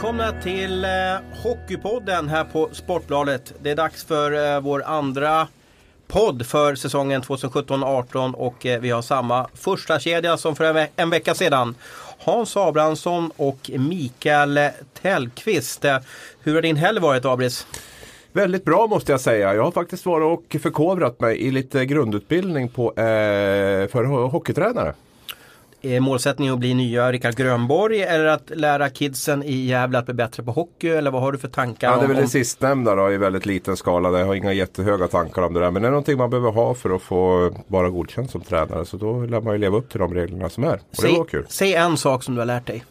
välkomna till Hockeypodden här på Sportbladet. Det är dags för vår andra podd för säsongen 2017-18 och vi har samma första kedja som för en vecka sedan. Hans Abrahamsson och Mikael Tellqvist. Hur har din helg varit, Abris? Väldigt bra måste jag säga. Jag har faktiskt varit och förkovrat mig i lite grundutbildning för hockeytränare. Är målsättningen att bli nya Rickard Grönborg eller att lära kidsen i Gävle att bli bättre på hockey, eller vad har du för tankar? Ja, det är väl det sistnämnda då, i väldigt liten skala. Jag har inga jättehöga tankar om det där, men det är någonting man behöver ha för att få vara godkänd som tränare, så då lär man ju leva upp till de reglerna som är. Och det var kul. Säg en sak som du har lärt dig.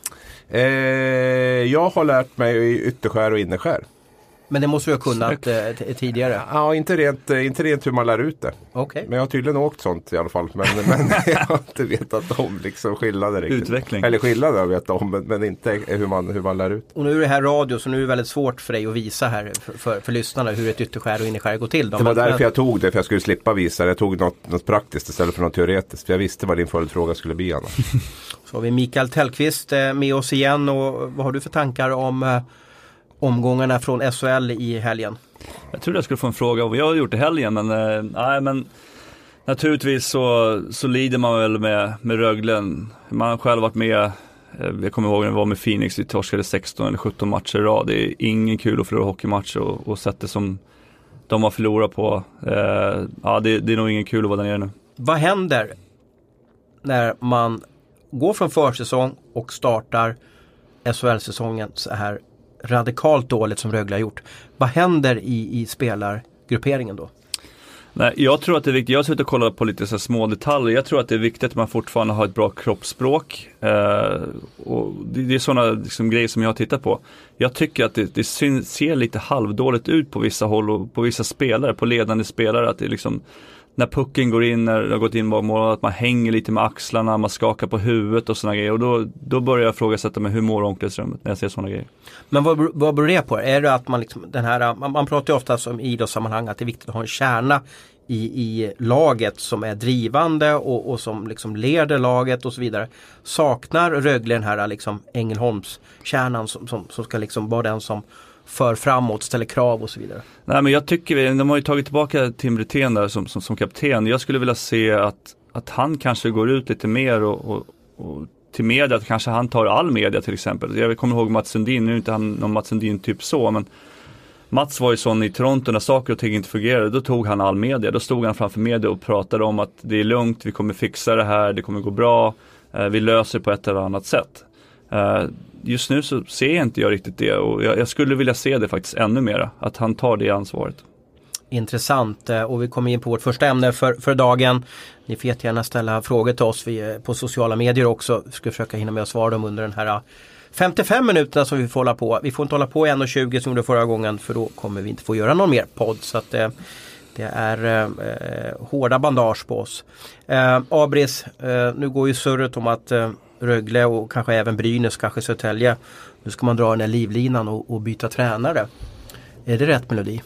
Jag har lärt mig ytterskär och innerskär. Men det måste du ha kunnat tidigare. Ja, inte rent hur man lär ut det. Okay. Men jag har tydligen åkt sånt i alla fall. Men jag har inte vetat om liksom skillnader riktigt. Utveckling. Eller skillnader har jag vetat om, men inte hur man lär ut. Och nu är det här radio, så nu är det väldigt svårt för dig att visa här för lyssnarna hur ett ytterskär och innerskär går till. Det var därför jag tog det, för jag skulle slippa visa. Jag tog något praktiskt istället för något teoretiskt. För jag visste vad din följdfråga skulle bli annars. Så har vi Mikael Tellqvist med oss igen, och vad har du för tankar om omgångarna från SHL i helgen? Jag trodde jag skulle få en fråga om vad jag har gjort i helgen, men naturligtvis så lider man väl med Röglen. Man har själv varit med, jag kommer ihåg när jag var med Phoenix, vi torskade 16 eller 17 matcher i rad. Det är ingen kul att förlora hockeymatch och sätta som de har förlorat på. Det är nog ingen kul att vara där nere nu. Vad händer när man går från försäsong och startar SHL-säsongen så här radikalt dåligt som Rögle har gjort? Vad händer i spelargrupperingen då? Nej, jag tror att det är viktigt. Jag har suttit och kollat på lite så små detaljer. Jag tror att det är viktigt att man fortfarande har ett bra kroppsspråk. Och det är sådana liksom grejer som jag har tittat på. Jag tycker att det ser lite halvdåligt ut på vissa håll och på vissa spelare, på ledande spelare, att det är liksom när pucken går in, när det har gått in bakom mål, att man hänger lite med axlarna, man skakar på huvudet och såna grejer. Och då börjar jag frågasätta mig hur mår omklädningsrummet när jag ser såna grejer. Men vad beror det på? Är det att man liksom, man pratar ju ofta om i idrottssammanhang att det är viktigt att ha en kärna i laget som är drivande och som liksom leder laget och så vidare. Saknar Rögle den här liksom Ängelholms-kärnan som ska liksom vara den som för framåt, ställer krav och så vidare? Nej, men jag tycker de har ju tagit tillbaka Tim Brithén där som kapten. Jag skulle vilja se att han kanske går ut lite mer och till media, att kanske han tar all media till exempel. Jag kommer ihåg Mats Sundin, nu är inte han någon Mats Sundin typ så, men Mats var ju sån i Toronto när saker och ting inte fungerade, då tog han all media. Då stod han framför media och pratade om att det är lugnt, vi kommer fixa det här, det kommer gå bra, vi löser på ett eller annat sätt. Just nu så ser inte jag riktigt det, och jag skulle vilja se det faktiskt ännu mer, att han tar det ansvaret. Intressant, och vi kommer in på vårt första ämne för dagen. Ni får jättegärna ställa frågor till oss på sociala medier också. Vi ska försöka hinna med att svara dem under den här 55 minuterna som vi får hålla på. Vi får inte hålla på 1:20 som det förra gången, för då kommer vi inte få göra någon mer podd, så att det är hårda bandage på oss. Abris, nu går ju surret om att Rögle och kanske även Brynäs, kanske Södertälje, nu ska man dra den här livlinan och byta tränare. Är det rätt melodi?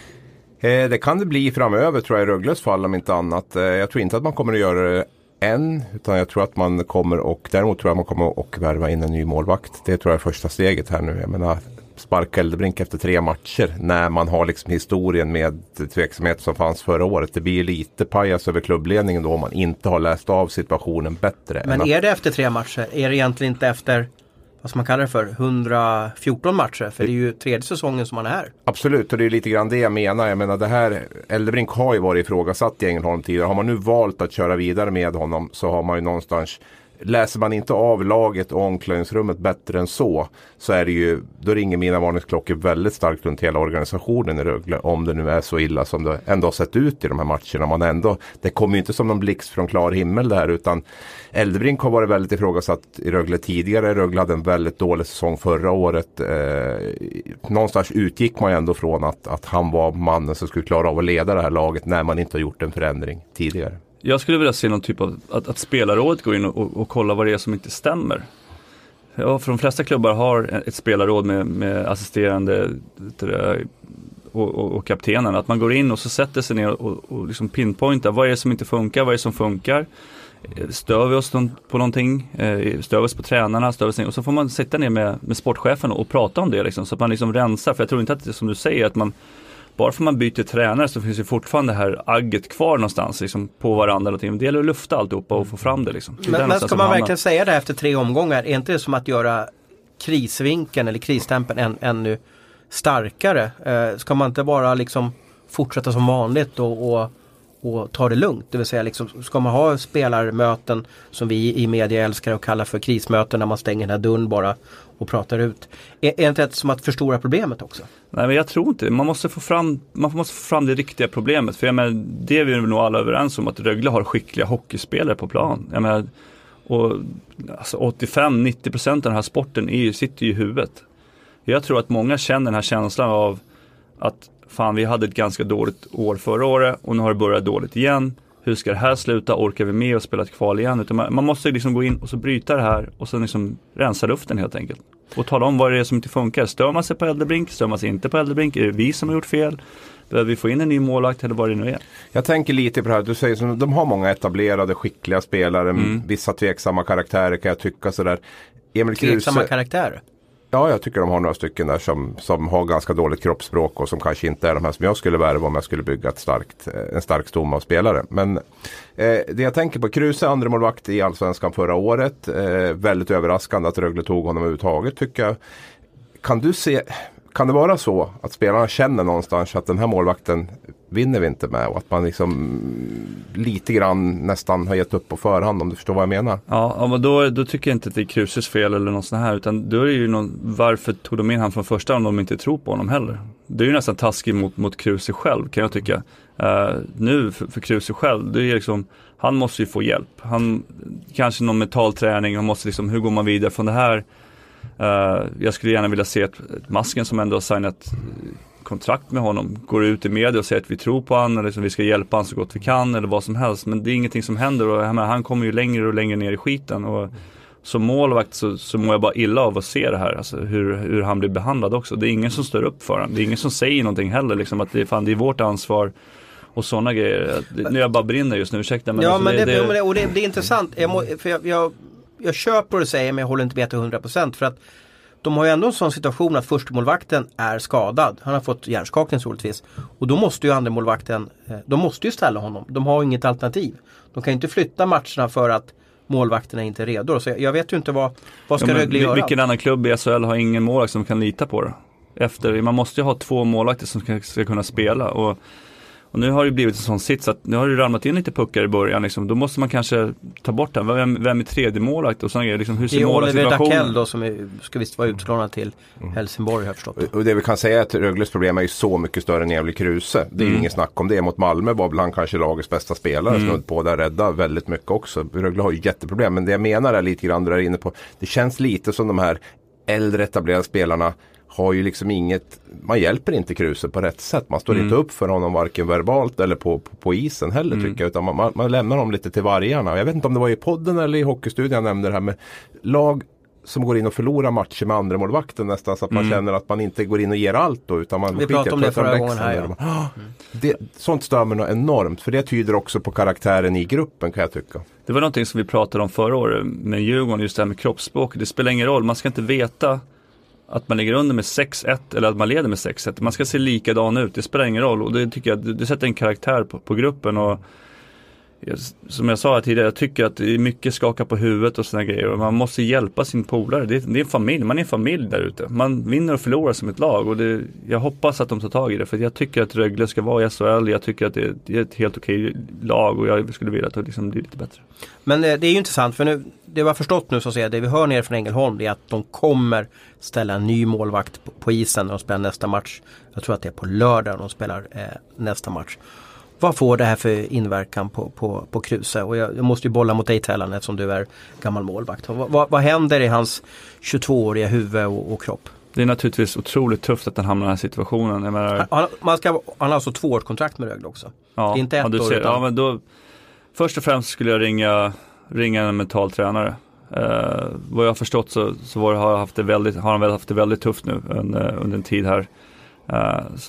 Det kan det bli framöver, tror jag, i Rögles fall om inte annat. Jag tror inte att man kommer att göra det än, utan jag tror att man kommer, och däremot tror jag att man kommer att värva in en ny målvakt. Det tror jag är första steget här nu. Jag menar, sparka Eldebrink efter 3 matcher när man har liksom historien med tveksamhet som fanns förra året. Det blir lite pajas över klubbledningen då om man inte har läst av situationen bättre. Men är det efter 3 matcher? Är det egentligen inte efter, vad ska man kalla det för, 114 matcher? För det är ju 3:e säsongen som man är här. Absolut, och det är lite grann det jag menar. Jag menar, det här, Eldebrink har ju varit ifrågasatt i Ängelholm tidigare. Har man nu valt att köra vidare med honom, så har man ju någonstans, läser man inte av laget och omklädningsrummet bättre än så är det ju, då ringer mina varningsklockor väldigt starkt runt hela organisationen i Rögle, om det nu är så illa som det ändå har sett ut i de här matcherna. Det kommer ju inte som någon blixt från klar himmel det här, utan Eldebrink har varit väldigt ifrågasatt i Rögle tidigare. Rögle hade en väldigt dålig säsong förra året. Någonstans utgick man ju ändå från att han var mannen som skulle klara av att leda det här laget när man inte har gjort en förändring tidigare. Jag skulle vilja se någon typ av att spelarrådet går in och kolla vad det är som inte stämmer. Ja, för de flesta klubbar har ett spelarråd med assisterande och kaptenen. Att man går in och så sätter sig ner och liksom pinpointar vad är det som inte funkar, vad är det som funkar. Stör vi oss på någonting, stör vi oss på tränarna, och så får man sitta ner med sportchefen och prata om det liksom, så att man liksom rensar, för jag tror inte att det är som du säger, att man bara för man byter tränare så finns ju fortfarande det här agget kvar någonstans liksom, på varandra. Det gäller att lufta alltihopa och få fram det. Liksom. Men ska man verkligen säga det efter 3 omgångar? Är inte det som att göra krisvinkeln eller krisstämpeln ännu starkare? Ska man inte bara liksom fortsätta som vanligt och ta det lugnt? Det vill säga, liksom, ska man ha spelarmöten som vi i media älskar att kalla för krismöten, när man stänger den här dörren bara och pratar ut? Är inte det som att förstora problemet också? Nej, men jag tror inte. Man måste få fram det riktiga problemet. För jag menar, det är vi nog alla överens om, att Rögle har skickliga hockeyspelare på plan. Jag menar, och alltså 85-90% av den här sporten sitter ju i huvudet. Jag tror att många känner den här känslan av att fan, vi hade ett ganska dåligt år förra året och nu har det börjat dåligt igen. Hur ska det här sluta? Orkar vi med och spela ett kval igen? Utan man måste liksom gå in och så bryta det här och så liksom rensa luften helt enkelt. Och tala om vad det är som inte funkar. Stör man sig på Eldebrink? Stör man sig inte på Eldebrink? Är det vi som har gjort fel? Behöver vi få in en ny målvakt eller vad det nu är? Jag tänker lite på det här. Du säger som de har många etablerade, skickliga spelare. Vissa tveksamma karaktärer kan jag tycka sådär. Tveksamma karaktärer? Ja, jag tycker de har några stycken där som har ganska dåligt kroppsspråk och som kanske inte är de här som jag skulle värva om jag skulle bygga en stark stomme av spelare. Men det jag tänker på, Kruse, andra målvakt i Allsvenskan förra året. Väldigt överraskande att Rögle tog honom överhuvudtaget, tycker jag. Kan det vara så att spelarna känner någonstans att den här målvakten vinner vi inte med, och att man liksom lite grann nästan har gett upp på förhand, om du förstår vad jag menar? Ja, men då tycker jag inte att det är Kruses fel eller något sånt här, utan då är det ju varför tog de in han från första om de inte tror på honom heller? Det är ju nästan taskigt mot Kruse själv, kan jag tycka. Nu för Kruse själv, det är liksom, han måste ju få hjälp. Han kanske någon mentalträning, han måste liksom, hur går man vidare från det här? Jag skulle gärna vilja se ett Masken som ändå har signat kontrakt med honom går ut i media och säger att vi tror på honom, eller liksom vi ska hjälpa honom så gott vi kan eller vad som helst, men det är ingenting som händer, och han kommer ju längre och längre ner i skiten, och som målvakt så mår jag bara illa av att se det här, alltså hur han blir behandlad också. Det är ingen som står upp för honom, det är ingen som säger någonting heller liksom, att det är vårt ansvar och sådana grejer. Nu jag bara brinner just nu, ursäkta, men, ja, men det är intressant. Jag köper och säger, men jag håller inte med till 100%, för att de har ju ändå en sån situation att förstemålvakten är skadad. Han har fått hjärnskakning troligtvis. Och då måste ju andra målvakten, de måste ju ställa honom. De har inget alternativ. De kan ju inte flytta matcherna för att målvakterna inte är redo. Så jag vet ju inte vad ska Rögle göra. Vilken annan klubb i SHL har ingen målvakt som kan lita på det? Man måste ju ha 2 målvakter som ska kunna spela, och nu har det blivit en sån sits att nu har det ramlat in lite puckar i början liksom. Då måste man kanske ta bort den. Vem är tredje målvakt och sådana grejer liksom, hur ser målvaktssituationen? Det är Oliver Dackell då som ska visst vara utlånad till Helsingborg, har jag förstått. Och det vi kan säga är att Rögles problem är ju så mycket större än Emil Kruse. Det är ju ingen snack om det. Mot Malmö var bland kanske lagets bästa spelare som på där rädda väldigt mycket också. Rögle har ju jätteproblem, men det jag menar är lite grann där inne på. Det känns lite som de här äldre etablerade spelarna har ju liksom inget, man hjälper inte Kruse på rätt sätt. Man står inte upp för honom varken verbalt eller på isen heller, tycker jag, utan man lämnar dem lite till vargarna. Jag vet inte om det var i podden eller i Hockeystudion jag nämnde det här med lag som går in och förlorar matcher med andra målvakten nästan, så att man känner att man inte går in och ger allt då, utan man vi pratade om det förra gången här. Sånt stör mig enormt, för det tyder också på karaktären i gruppen, kan jag tycka. Det var någonting som vi pratade om förra året med Djurgården, just det här med kroppsspråk. Det spelar ingen roll, man ska inte veta att man ligger under med 6-1 eller att man leder med 6-1. Man ska se likadan ut, det spelar ingen roll, och det tycker jag, det sätter en karaktär på gruppen. Och som jag sa tidigare, jag tycker att det är mycket skaka på huvudet och såna grejer, och man måste hjälpa sin polare. Det är en familj, man är en familj där ute. Man vinner och förlorar som ett lag, och jag hoppas att de tar tag i det, för jag tycker att Rögle ska vara i SHL. Jag tycker att det är ett helt okej lag, och jag skulle vilja att det liksom blir lite bättre. Men det är ju intressant, för nu, det vi har förstått nu, så att säga, det vi hör ner från Ängelholm, det är att de kommer ställa en ny målvakt på isen när de spelar nästa match. Jag tror att det är på lördag de spelar nästa match. Vad får det här för inverkan på Kruse? Och jag måste ju bolla mot dig, Tellan, eftersom du är gammal målvakt. Vad händer i hans 22-åriga huvud och kropp? Det är naturligtvis otroligt tufft att han hamnar i den här situationen. Jag menar, han har alltså 2-årskontrakt med Rögle också. Ja, det är inte 1 år. Utan... Ja, men då, först och främst skulle jag ringa en mental tränare. Vad jag har förstått så har han väl haft det väldigt tufft nu under en tid här.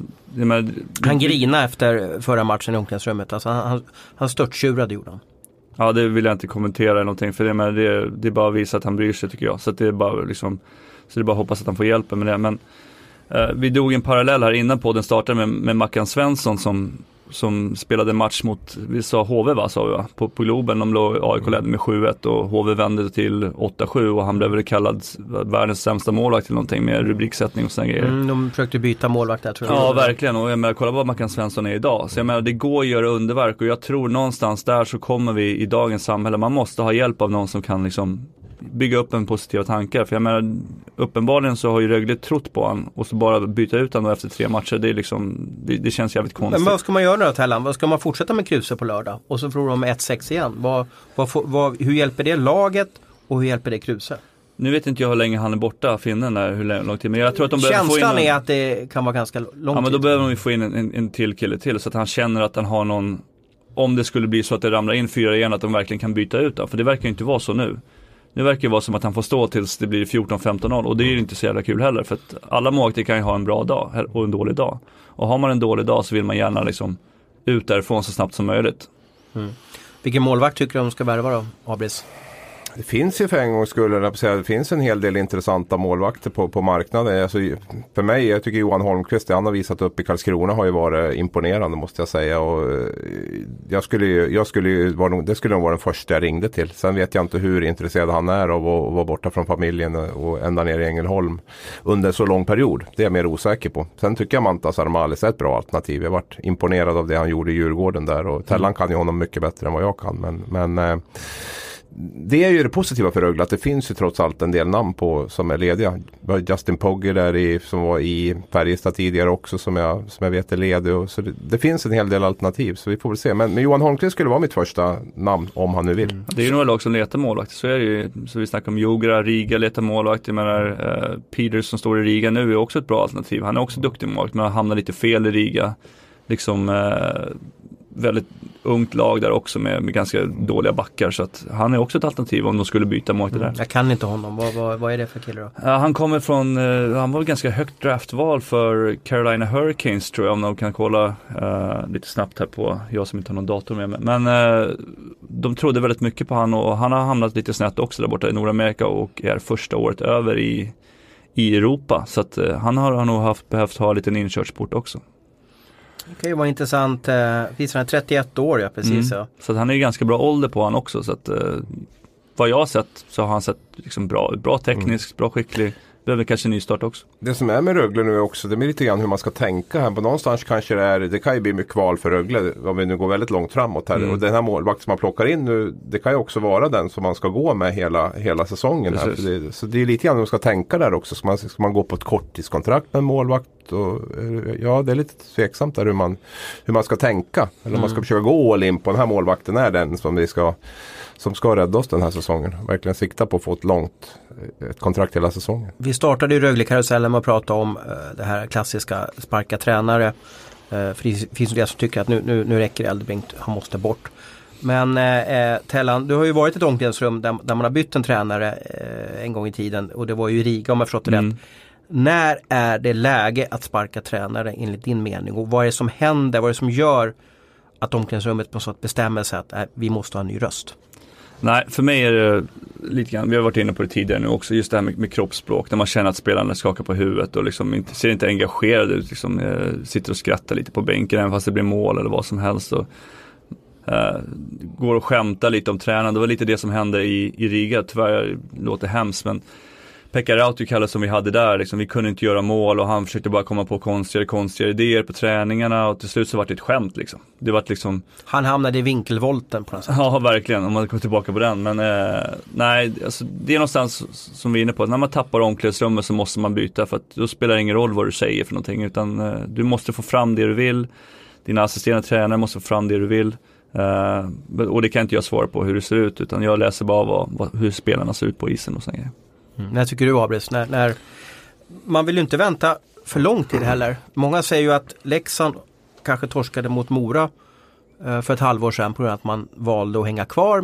Han grinade efter förra matchen i omklädningsrummet. Alltså han störttjurade, gjorde han. Ja, det vill jag inte kommentera eller någonting, för det är bara att visa att han bryr sig, tycker jag. Så att det är bara liksom, så det är bara att hoppas att han får hjälp med det. Men vi drog en parallell här innan på den startade med Mackan Svensson som spelade match mot, vi sa HV sa vi va? På Globen, de låg AIK ledde med 7-1 och HV vände till 8-7 och han blev väl kallad världens sämsta målvakt till någonting med rubriksättning och sådana grejer. De försökte byta målvakt där, tror jag. Ja, verkligen, och jag menar, kolla vad Mackan Svensson är idag. Så jag menar, det går att göra underverk, och jag tror någonstans där så kommer vi i dagens samhälle, man måste ha hjälp av någon som kan liksom bygga upp en positiva tankar. För jag menar, uppenbarligen så har ju Rögle trott på han, och så bara byta ut han då efter 3 matcher, det är liksom, det känns jävligt konstigt. Men vad ska man göra då, Tellan? Vad ska man fortsätta med Kruse på lördag? Och så förlorar de med 1-6 igen. Hur hjälper det laget och hur hjälper det Kruse? Nu vet inte jag hur länge han är borta, finnen där, hur lång tid. Men jag tror att de behöver känslan få in är att det kan vara ganska lång tid. Ja, men då behöver de ju få in en till kille till, så att han känner att han har någon, om det skulle bli så att det ramlar in 4 igen, att de verkligen kan byta ut den. För det verkar ju inte vara så nu. Nu verkar det vara som att han får stå tills det blir 14-15-0, och det är ju inte så jävla kul heller, för att alla målvakter kan ju ha en bra dag och en dålig dag. Och har man en dålig dag så vill man gärna liksom ut därifrån så snabbt som möjligt. Vilken målvakt tycker du de ska värva då, Abris? Det finns ju för en gång skulle jag säga, det finns en hel del intressanta målvakter på marknaden. Alltså, för mig, jag tycker Johan Holmqvist, det han har visat upp i Karlskrona har ju varit imponerande, måste jag säga. Och det skulle nog vara den första jag ringde till. Sen vet jag inte hur intresserad han är av att vara borta från familjen och ända ner i Ängelholm under så lång period. Det är jag mer osäker på. Sen tycker jag Mantas Armalis är ett bra alternativ. Jag har varit imponerad av det han gjorde i Djurgården där, och Tellan kan ju honom mycket bättre än vad jag kan. Men det är ju det positiva för Rögle, att det finns ju trots allt en del namn på som är lediga. Justin Pogge där som var i Färjestad tidigare också, som jag vet är ledig. Och så det finns en hel del alternativ, så vi får väl se. Men Johan Holmqvist skulle vara mitt första namn om han nu vill. Det är ju några lag som letar målvakt. Så är det ju, så vi snackar om Jogra, Riga letar målvakt. Jag menar, Peters som står i Riga nu är också ett bra alternativ. Han är också duktig målvakt, men han hamnar lite fel i Riga. Liksom väldigt ungt lag där också med ganska dåliga backar, så att han är också ett alternativ om de skulle byta målvakt där. Jag kan inte honom. Vad är det för kille då? Han kommer från, han var ganska högt draftval för Carolina Hurricanes, tror jag, om de kan kolla lite snabbt här på, jag som inte har någon dator med mig. Men de trodde väldigt mycket på han, och han har hamnat lite snett också där borta i Nordamerika och är första året över i Europa, så att han har nog behövt ha lite en inkörsport också. Okej, vad intressant. Finns han 31 år, ja, precis. Ja. Så att han är ju ganska bra ålder på han också. Så att vad jag har sett så har han sett liksom bra tekniskt, bra skicklig. Behöver kanske nystart också. Det som är med Rögle nu är också, det är lite grann hur man ska tänka här. På någonstans kanske det kan ju bli mycket kval för Rögle om vi nu går väldigt långt framåt här. Och den här målvakt som man plockar in nu, det kan ju också vara den som man ska gå med hela säsongen här. Så det är lite grann hur man ska tänka där också. Ska man gå på ett korttidskontrakt med en målvakt? Och, ja, det är lite tveksamt där hur man ska tänka. Eller om man ska försöka gå all in på den här målvakten är den som ska rädda oss den här säsongen. Verkligen sikta på att få ett kontrakt hela säsongen. Vi startade i Rögle-karusellen med att prata om det här klassiska sparka tränare. För det finns ju det som tycker att nu räcker Eldebrink, han måste bort. Men Tellan, du har ju varit i ett omklädningsrum där man har bytt en tränare en gång i tiden, och det var ju i Riga om jag förstått rätt. När är det läge att sparka tränare enligt din mening, och vad är det som händer, vad är det som gör att omklädningsrummet på något sätt bestämmer sig att vi måste ha en ny röst? Nej, för mig är det lite grann, vi har varit inne på det tidigare nu också, just det här med kroppsspråk, när man känner att spelarna skakar på huvudet och liksom ser inte engagerade ut, liksom, sitter och skrattar lite på bänken även fast det blir mål eller vad som helst, och går och skämtar lite om tränaren. Det var lite det som hände i Riga, tyvärr låter hemskt, men Pekka Rautiukalle som vi hade där, liksom, vi kunde inte göra mål och han försökte bara komma på konstigare idéer på träningarna, och till slut så var det ett skämt liksom. Det var liksom... Han hamnade i vinkelvolten på något sätt. Ja, verkligen, om man kommer tillbaka på den. Men nej, alltså, det är någonstans som vi är inne på. När man tappar omklädningsrummet så måste man byta, för att då spelar det ingen roll vad du säger för någonting, utan du måste få fram det du vill. Dina assisterande tränare måste få fram det du vill. Och det kan inte jag svara på hur det ser ut, utan jag läser bara hur spelarna ser ut på isen och så. När tycker du, Abris? När man vill ju inte vänta för lång tid heller. Många säger ju att Leksand kanske torskade mot Mora för ett halvår sedan på grund av att man valde att hänga kvar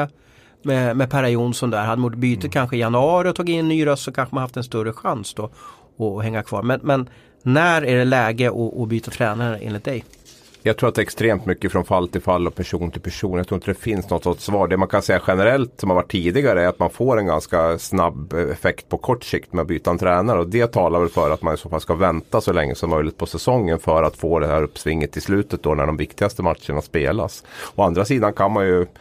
med Per Jonsson där. Hade man bytt kanske i januari och tagit in en ny röst, så kanske man haft en större chans då att hänga kvar. Men när är det läge att byta tränare enligt dig? Jag tror att det är extremt mycket från fall till fall och person till person. Jag tror inte det finns något sådant svar. Det man kan säga generellt som har varit tidigare är att man får en ganska snabb effekt på kort sikt med att byta en tränare. Och det talar väl för att man i så fall ska vänta så länge som möjligt på säsongen för att få det här uppsvinget i slutet då när de viktigaste matcherna spelas. Å andra sidan kan man ju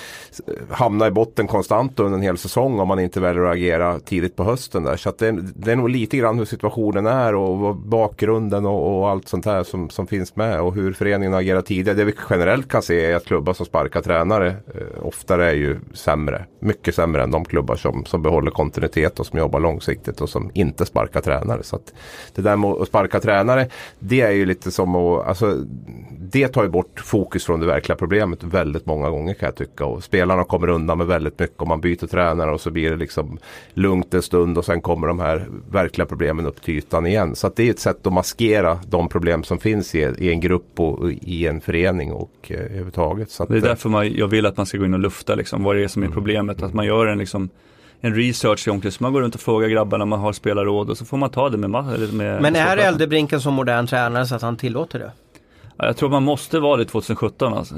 hamna i botten konstant under en hel säsong om man inte väljer att agera tidigt på hösten där. Så att det är nog lite grann hur situationen är och bakgrunden och allt sånt här som finns med och hur föreningen agerar tidigare. Det vi generellt kan se är att klubbar som sparkar tränare oftare är ju sämre. Mycket sämre än de klubbar som behåller kontinuitet och som jobbar långsiktigt och som inte sparkar tränare. Så att det där med att sparka tränare, det är ju lite som att, alltså, det tar ju bort fokus från det verkliga problemet väldigt många gånger kan jag tycka. Och spelarna kommer undan med väldigt mycket om man byter tränare och så blir det liksom lugnt en stund och sen kommer de här verkliga problemen upp till ytan igen. Så att det är ett sätt att maskera de problem som finns i en grupp och i en förening och överhuvudtaget. Så att, det är därför jag vill att man ska gå in och lufta liksom, vad det är som är problemet. Att man gör en research i omkring, så man går runt och frågar grabbarna om man har spelarråd och så får man ta det med Men är Eldebrinken som modern tränare så att han tillåter det? Jag tror man måste vara det 2017. Alltså.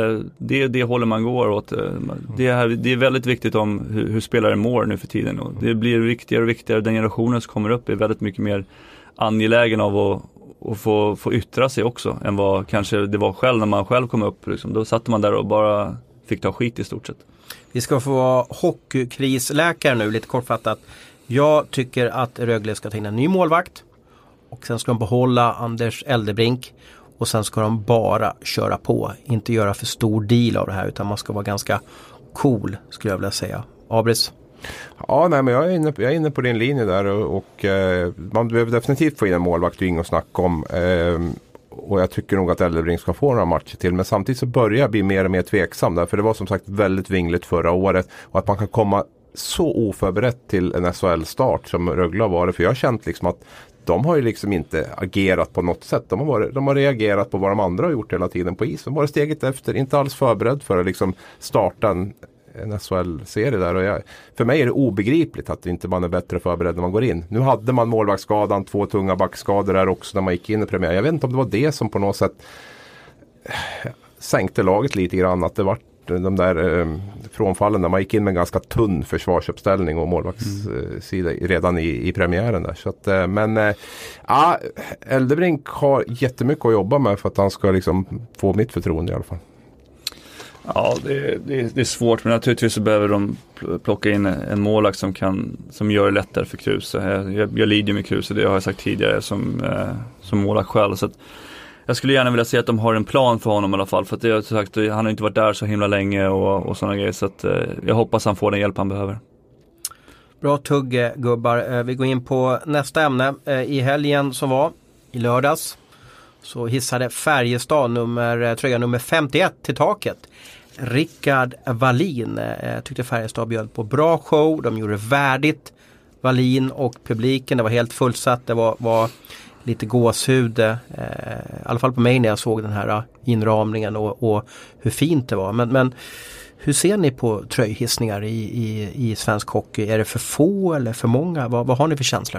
Det håller man går åt. Det är väldigt viktigt om hur spelare mår nu för tiden. Och det blir viktigare och viktigare. Den generationen som kommer upp är väldigt mycket mer angelägen av att få yttra sig också än vad kanske det var själv när man själv kom upp. Liksom. Då satt man där och bara fick ta skit i stort sett. Vi ska få vara hockeykrisläkare nu, lite kortfattat. Jag tycker att Rögle ska ta in en ny målvakt. Och sen ska de behålla Anders Eldebrink. Och sen ska de bara köra på. Inte göra för stor deal av det här. Utan man ska vara ganska cool, skulle jag vilja säga. Abris? Ja, nej, men jag är inne på din linje där. Och man behöver definitivt få in en målvakt och inget snack om. Och jag tycker nog att Eldebrink ska få några matcher till. Men samtidigt så börjar jag bli mer och mer tveksam där. För det var som sagt väldigt vingligt förra året. Och att man kan komma så oförberett till en SHL-start som Rögle har varit. För jag har känt liksom att de har ju liksom inte agerat på något sätt. De har reagerat på vad de andra har gjort hela tiden på isen. De har steget efter, inte alls förberedd för att liksom starta en SHL-serie där. Och för mig är det obegripligt att inte man är bättre förberedd när man går in. Nu hade man målvaktsskadan, 2 tunga backskador där också när man gick in i premiär. Jag vet inte om det var det som på något sätt sänkte laget lite grann. Att det var de där frånfallen där man gick in med en ganska tunn försvarsuppställning och målvaktssida redan i premiären där. Så att, men Eldebrink har jättemycket att jobba med för att han ska liksom få mitt förtroende i alla fall. Ja, det är svårt, men naturligtvis så behöver de plocka in en målvakt som gör det lättare för Kruse. Jag lider med Kruse, det har jag sagt tidigare som målvakt själv, så att jag skulle gärna vilja se att de har en plan för honom i alla fall. För att det, som sagt, han har inte varit där så himla länge och sådana grejer. Så att, jag hoppas han får den hjälp han behöver. Bra tugg, gubbar. Vi går in på nästa ämne. I helgen som var, i lördags, så hissade Färjestad tröja nummer 51 till taket. Rickard Wallin tyckte Färjestad bjöd på bra show. De gjorde värdigt. Wallin och publiken, det var helt fullsatt. Det var lite gåshud, i alla fall på mig när jag såg den här inramningen och hur fint det var. Men hur ser ni på tröjhissningar i svensk hockey? Är det för få eller för många? Vad har ni för känslor?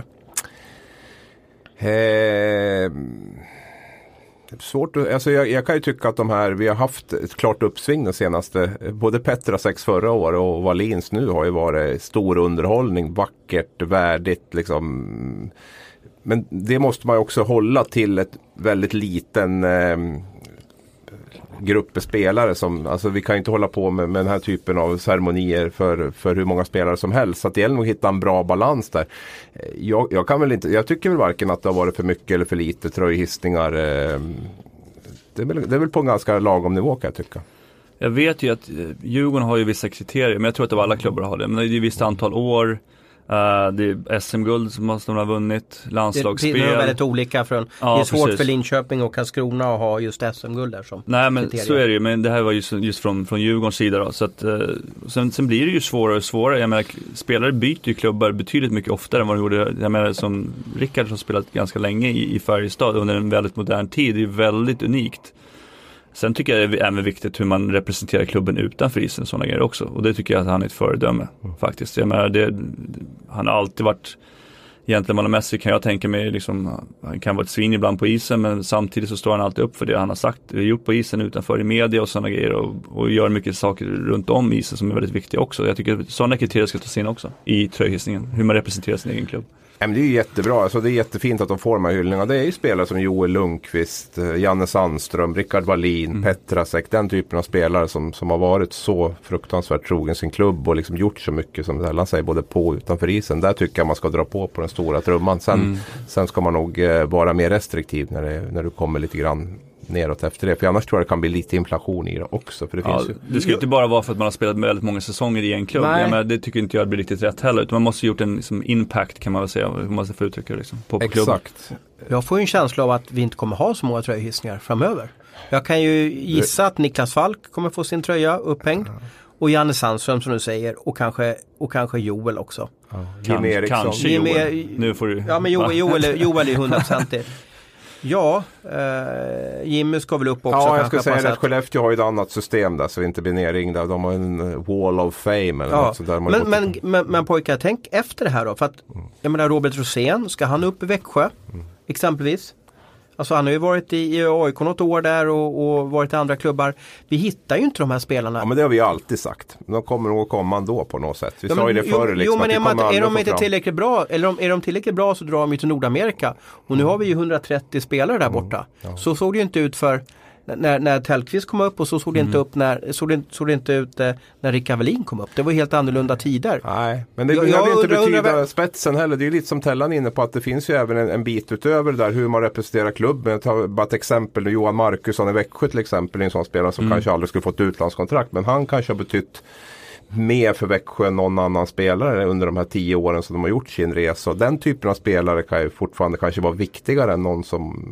Svårt, alltså jag kan ju tycka att vi har haft ett klart uppsving den senaste, både Petrasex förra året och Wallins nu har ju varit stor underhållning, vackert, värdigt liksom. Men det måste man ju också hålla till ett väldigt liten grupp spelare som, alltså vi kan ju inte hålla på med den här typen av ceremonier för hur många spelare som helst, så att det gäller nog att hitta en bra balans där. Jag tycker väl varken att det har varit för mycket eller för lite tröjhissningar. Det är väl på en ganska lagom nivå kan jag tycka. Jag vet ju att Djurgården har ju vissa kriterier, men jag tror att alla klubbar har det. Men det är ju ett visst antal år. Det är SM-guld som måste de ha vunnit, landslagsspel. Det är väldigt olika det är svårt för Linköping och Karlskrona att ha just SM-guld där som nej, men kriterier. Så är det ju, men det här var just från Djurgårdens sida då, så att, sen blir det ju svårare och svårare. Jag menar, spelare byter ju klubbar betydligt mycket oftare än vad de gjorde. Jag menar, som Rickard som spelat ganska länge i Färjestad under en väldigt modern tid, det är väldigt unikt. Sen tycker jag det är även viktigt hur man representerar klubben utanför isen och sådana grejer också. Och det tycker jag att han är ett föredöme faktiskt. Jag menar, han har alltid varit gentlemannamässigt kan jag tänka mig liksom, han kan vara ett svin ibland på isen, men samtidigt så står han alltid upp för det han har sagt, gjort på isen, utanför i media och sådana grejer, och gör mycket saker runt om isen som är väldigt viktiga också. Jag tycker att sådana kriterier ska tas in också i tröjhissningen, hur man representerar sin egen klubb. Men det är ju jättebra, alltså det är jättefint att de får de här hyllningarna. Det är ju spelare som Joel Lundqvist, Janne Sandström, Rickard Wallin, Petrasek, den typen av spelare som har varit så fruktansvärt trogen sin klubb och liksom gjort så mycket som Tellan säger, både på och utanför isen. Där tycker jag man ska dra på den stora trumman. Sen ska man nog vara mer restriktiv när du kommer lite grann neråt efter det. För annars tror jag det kan bli lite inflation i det också. För det, finns ju... det ska ju inte bara vara för att man har spelat med väldigt många säsonger i en klubb. Men det tycker inte jag blir riktigt rätt heller. Utan man måste ha gjort en liksom, impact, kan man väl säga. Hur man ska få uttrycka det liksom, på klubben. Exakt. Jag får ju en känsla av att vi inte kommer ha så många tröjhissningar framöver. Jag kan ju gissa att Niklas Falk kommer få sin tröja upphängd. Och Janne Sandström som du säger. Och kanske Joel också. Jim Eriksson. Kanske Joel. Nu får du... Ja, men Joel är 100%. Ja, Jimmy ska väl upp också. Ja, jag skulle säga att Skellefteå har ju ett annat system där så vi inte blir nerringda. De har en wall of fame eller något sånt där. Men pojkar, tänk efter det här då. För att, jag menar Robert Rosén, ska han upp i Växjö exempelvis? Alltså han har ju varit i AIK något år där och varit i andra klubbar. Vi hittar ju inte de här spelarna. Ja, men det har vi ju alltid sagt. De kommer nog att komma ändå på något sätt. Vi sa ju det förr liksom. Jo, men är de inte tillräckligt bra, eller är de tillräckligt bra så drar de ju till Nordamerika. Och nu har vi ju 130 spelare där borta. Ja. Så såg det ju inte ut för när Tellqvist kom upp, och så såg det inte upp såg det inte ut när Rickard Wallin kom upp. Det var helt annorlunda tider. Nej, men det behöver inte betyda spetsen heller. Det är lite som Tellan inne på att det finns ju även en bit utöver där hur man representerar klubben. Jag tar bara ett exempel, Johan Markusson i Växjö till exempel, en sån spelare som kanske aldrig skulle fått utlandskontrakt, men han kanske har betytt mer för Växjö än någon annan spelare under de här 10 åren som de har gjort sin resa. Och den typen av spelare kan ju fortfarande kanske vara viktigare än någon som...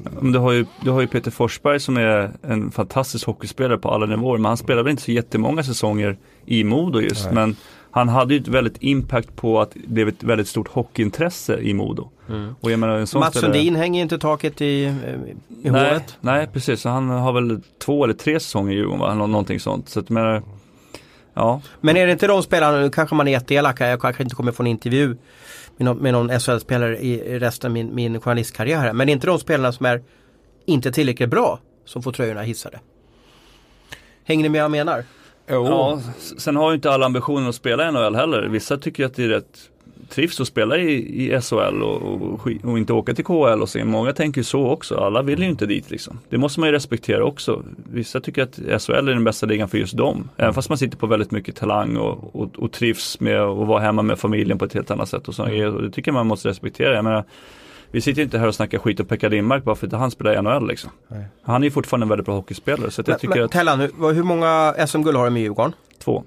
Du har ju Peter Forsberg som är en fantastisk hockeyspelare på alla nivåer, men han spelar väl inte så jättemånga säsonger i Modo just. Nej. Men han hade ju ett väldigt impact på att det blev ett väldigt stort hockeyintresse i Modo. Och jag menar, en sån Mats Sundin hänger inte taket i håret. Nej, precis. Så han har väl 2 eller 3 säsonger i Djurgården, va? Någonting sånt. Så att, ja. Men är det inte de spelarna, nu kanske man är jätteelak, jag kanske inte kommer få en intervju med någon SHL-spelare i resten av min journalistkarriär här, men är inte de spelarna som är inte tillräckligt bra som får tröjorna hissade? Hänger ni med vad jag menar? Ja, sen har ju inte alla ambitioner att spela i NHL heller. Vissa tycker att det är rätt trivs att spela i SHL och inte åka till KHL och se. Många tänker ju så också. Alla vill ju inte dit liksom. Det måste man ju respektera också. Vissa tycker att SHL är den bästa ligan för just dem. Även fast man sitter på väldigt mycket talang och trivs med att vara hemma med familjen på ett helt annat sätt. Och så. Och det tycker man måste respektera. Jag menar, vi sitter inte här och snackar skit om Pekka Lindmark bara för att han spelar i NHL liksom. Nej. Han är ju fortfarande en väldigt bra hockeyspelare. Så jag tycker att... Tellan, hur många SM-guld har du med Djurgården? 2.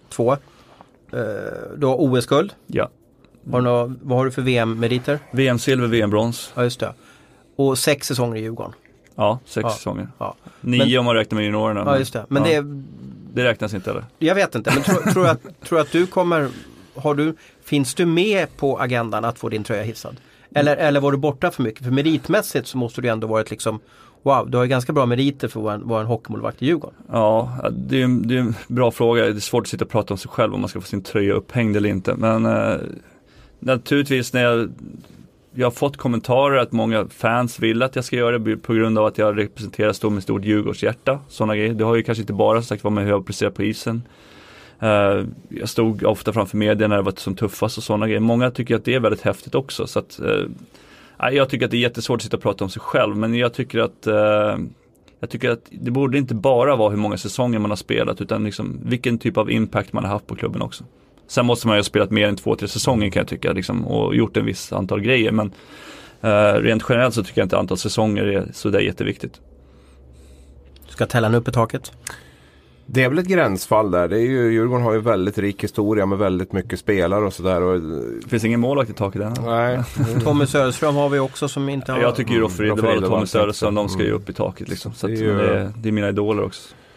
Du har OS-guld? Ja. Vad har du för VM-meriter? VM-silver, VM-brons. Ja, just det. Och 6 säsonger i Djurgården? Ja, 6 säsonger. Ja. 9 om man räknar med juniorerna. Ja, just det. Men det räknas inte eller? Jag vet inte, men tror att du kommer... Finns du med på agendan att få din tröja hissad? Eller var du borta för mycket? För meritmässigt så måste du ändå varit liksom... Wow, du har ganska bra meriter för att vara en hockeymålvakt i Djurgården. Ja, det är en bra fråga. Det är svårt att sitta och prata om sig själv om man ska få sin tröja upphängd eller inte. Men naturligtvis när jag har fått kommentarer att många fans vill att jag ska göra det på grund av att jag representerar med stort Djurgårdshjärta. Sådana grejer. Det har ju kanske inte bara sagt vad man hur jag presterar på isen. Jag stod ofta framför media när det var som tuffast och sådana grejer. Många tycker att det är väldigt häftigt också. Så att... jag tycker att det är jättesvårt att sitta och prata om sig själv, men jag tycker att det borde inte bara vara hur många säsonger man har spelat, utan liksom vilken typ av impact man har haft på klubben också. Sen måste man ju ha spelat mer än 2-3 säsonger kan jag tycka liksom, och gjort en viss antal grejer, men rent generellt så tycker jag inte antal säsonger är så där jätteviktigt. Ska Tellan upp i taket? Det är väl ett gränsfall där. Det är ju, Djurgården har ju väldigt rik historia med väldigt mycket spelare och sådär. Det finns ingen målvakt i taket än. Nej. Tommy Söderström har vi också som inte har... Jag tycker ju Roffe Rydevall och Tommy Söderström, de ska ju upp i taket liksom. Så det är mina idoler också.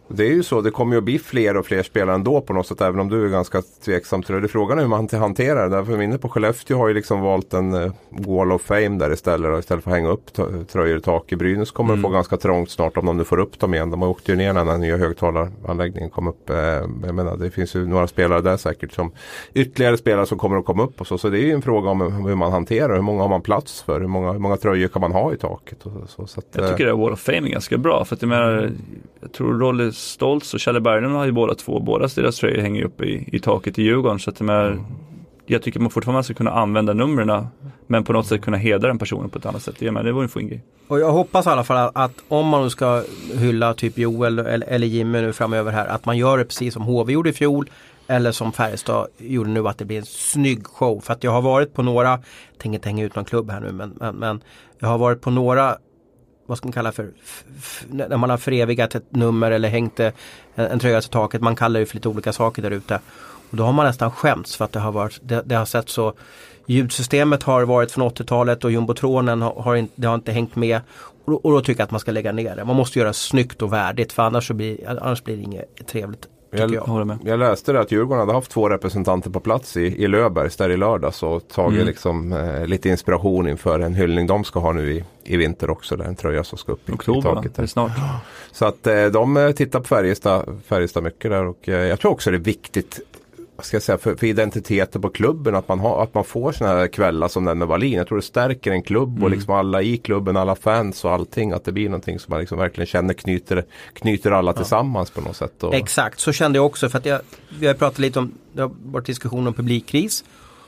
Det är ju så, det kommer ju att bli fler och fler spelare ändå på något sätt, även om du är ganska tveksam till det. Det är frågan hur man hanterar det. Därför är vi inne på Skellefteå har ju liksom valt en Wall of Fame där istället för att hänga upp tröjor i tak. I Brynäs kommer att få ganska trångt snart om de nu får upp dem igen. De har åkt ju ner när den nya högtalaranläggningen kom upp. Jag menar, det finns ju några spelare där säkert som ytterligare spelare som kommer att komma upp och så det är ju en fråga om hur man hanterar, hur många har man plats för, hur många tröjor kan man ha i taket och så att, jag tycker det Wall of Fame är ganska bra, för att jag tror Rolle Stoltz och Kjelle Berglund har ju båda deras tröjor hänger upp i taket i Djurgården, så att jag tycker man fortfarande ska kunna använda numren, men på något sätt kunna hedra den personen på ett annat sätt. Det var en fin grej. Och jag hoppas i alla fall att om man ska hylla typ Joel eller Jimmy nu framöver här, att man gör det precis som HV gjorde i fjol eller som Färjestad gjorde nu, att det blir en snygg show. För att jag har varit på några, jag tänker inte hänga ut någon klubb här nu, men jag har varit på några, vad ska man kalla för, när man har förevigat ett nummer eller hängt en tröja till taket, man kallar det för lite olika saker där ute. Och då har man nästan skämts för att det har sett så, ljudsystemet har varit från 80-talet och jumbotronen har inte hängt med, och då tycker jag att man ska lägga ner det. Man måste göra snyggt och värdigt, för annars blir det inget trevligt. Jag läste det att Djurgården hade haft 2 representanter på plats i Löfbergs där i lördags och tagit lite inspiration inför en hyllning de ska ha nu i vinter också, där en tröja som ska upp i taket. Det är snart. Så att de tittar på Färjestad mycket där, och jag tror också det är viktigt, vad ska jag säga, för identiteten på klubben, att man får såna här kvällar som den med Wallin. Jag tror det stärker en klubb och liksom alla i klubben, alla fans och allting, att det blir någonting som man liksom verkligen känner knyter alla tillsammans på något sätt. Exakt, så kände jag också, för att vi har pratat lite om, det har varit diskussion om publikkris,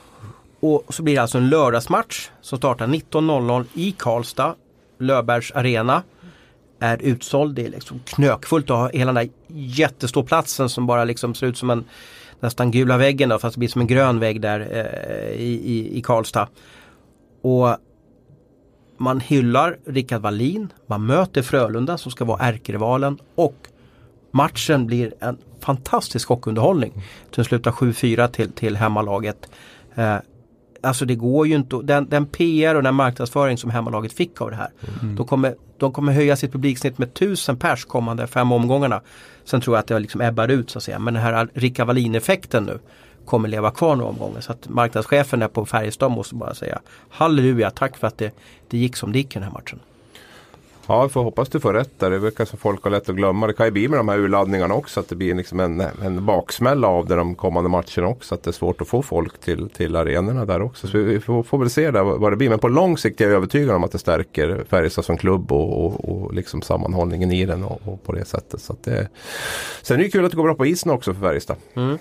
och så blir det alltså en lördagsmatch som startar 19.00 i Karlstad. Löfbergs arena är utsåld, det är liksom knökfullt att ha hela den där jättestor platsen som bara liksom ser ut som en nästan gula väggen då, fast det blir som en grön vägg där i Karlstad. Och man hyllar Rickard Wallin, man möter Frölunda som ska vara ärkerivalen, och matchen blir en fantastisk hockeynderhållning. Den slutar 7-4 till hemmalaget. Alltså det går ju inte, den PR och den marknadsföring som hemmalaget fick av det här. De kommer höja sitt publiksnitt med 1000 pers kommande 5 omgångarna. Sen tror jag att det liksom ebbar ut så att säga. Men den här Rickard Wallin-effekten nu kommer leva kvar några omgångar. Så att marknadschefen är på Färjestad måste bara säga halleluja, tack för att det gick som det gick i den här matchen. Ja, jag får hoppas du får rätt där. Det verkar så folk har lätt att glömma. Det kan ju bli med de här urladdningarna också, att det blir liksom en baksmälla av de kommande matcherna också. Att det är svårt att få folk till arenorna där också. Så vi får väl se där vad det blir. Men på lång sikt är jag övertygad om att det stärker Färjestad som klubb och liksom sammanhållningen i den och på det sättet. Så att sen är det kul att det går bra på isen också för Färjestad.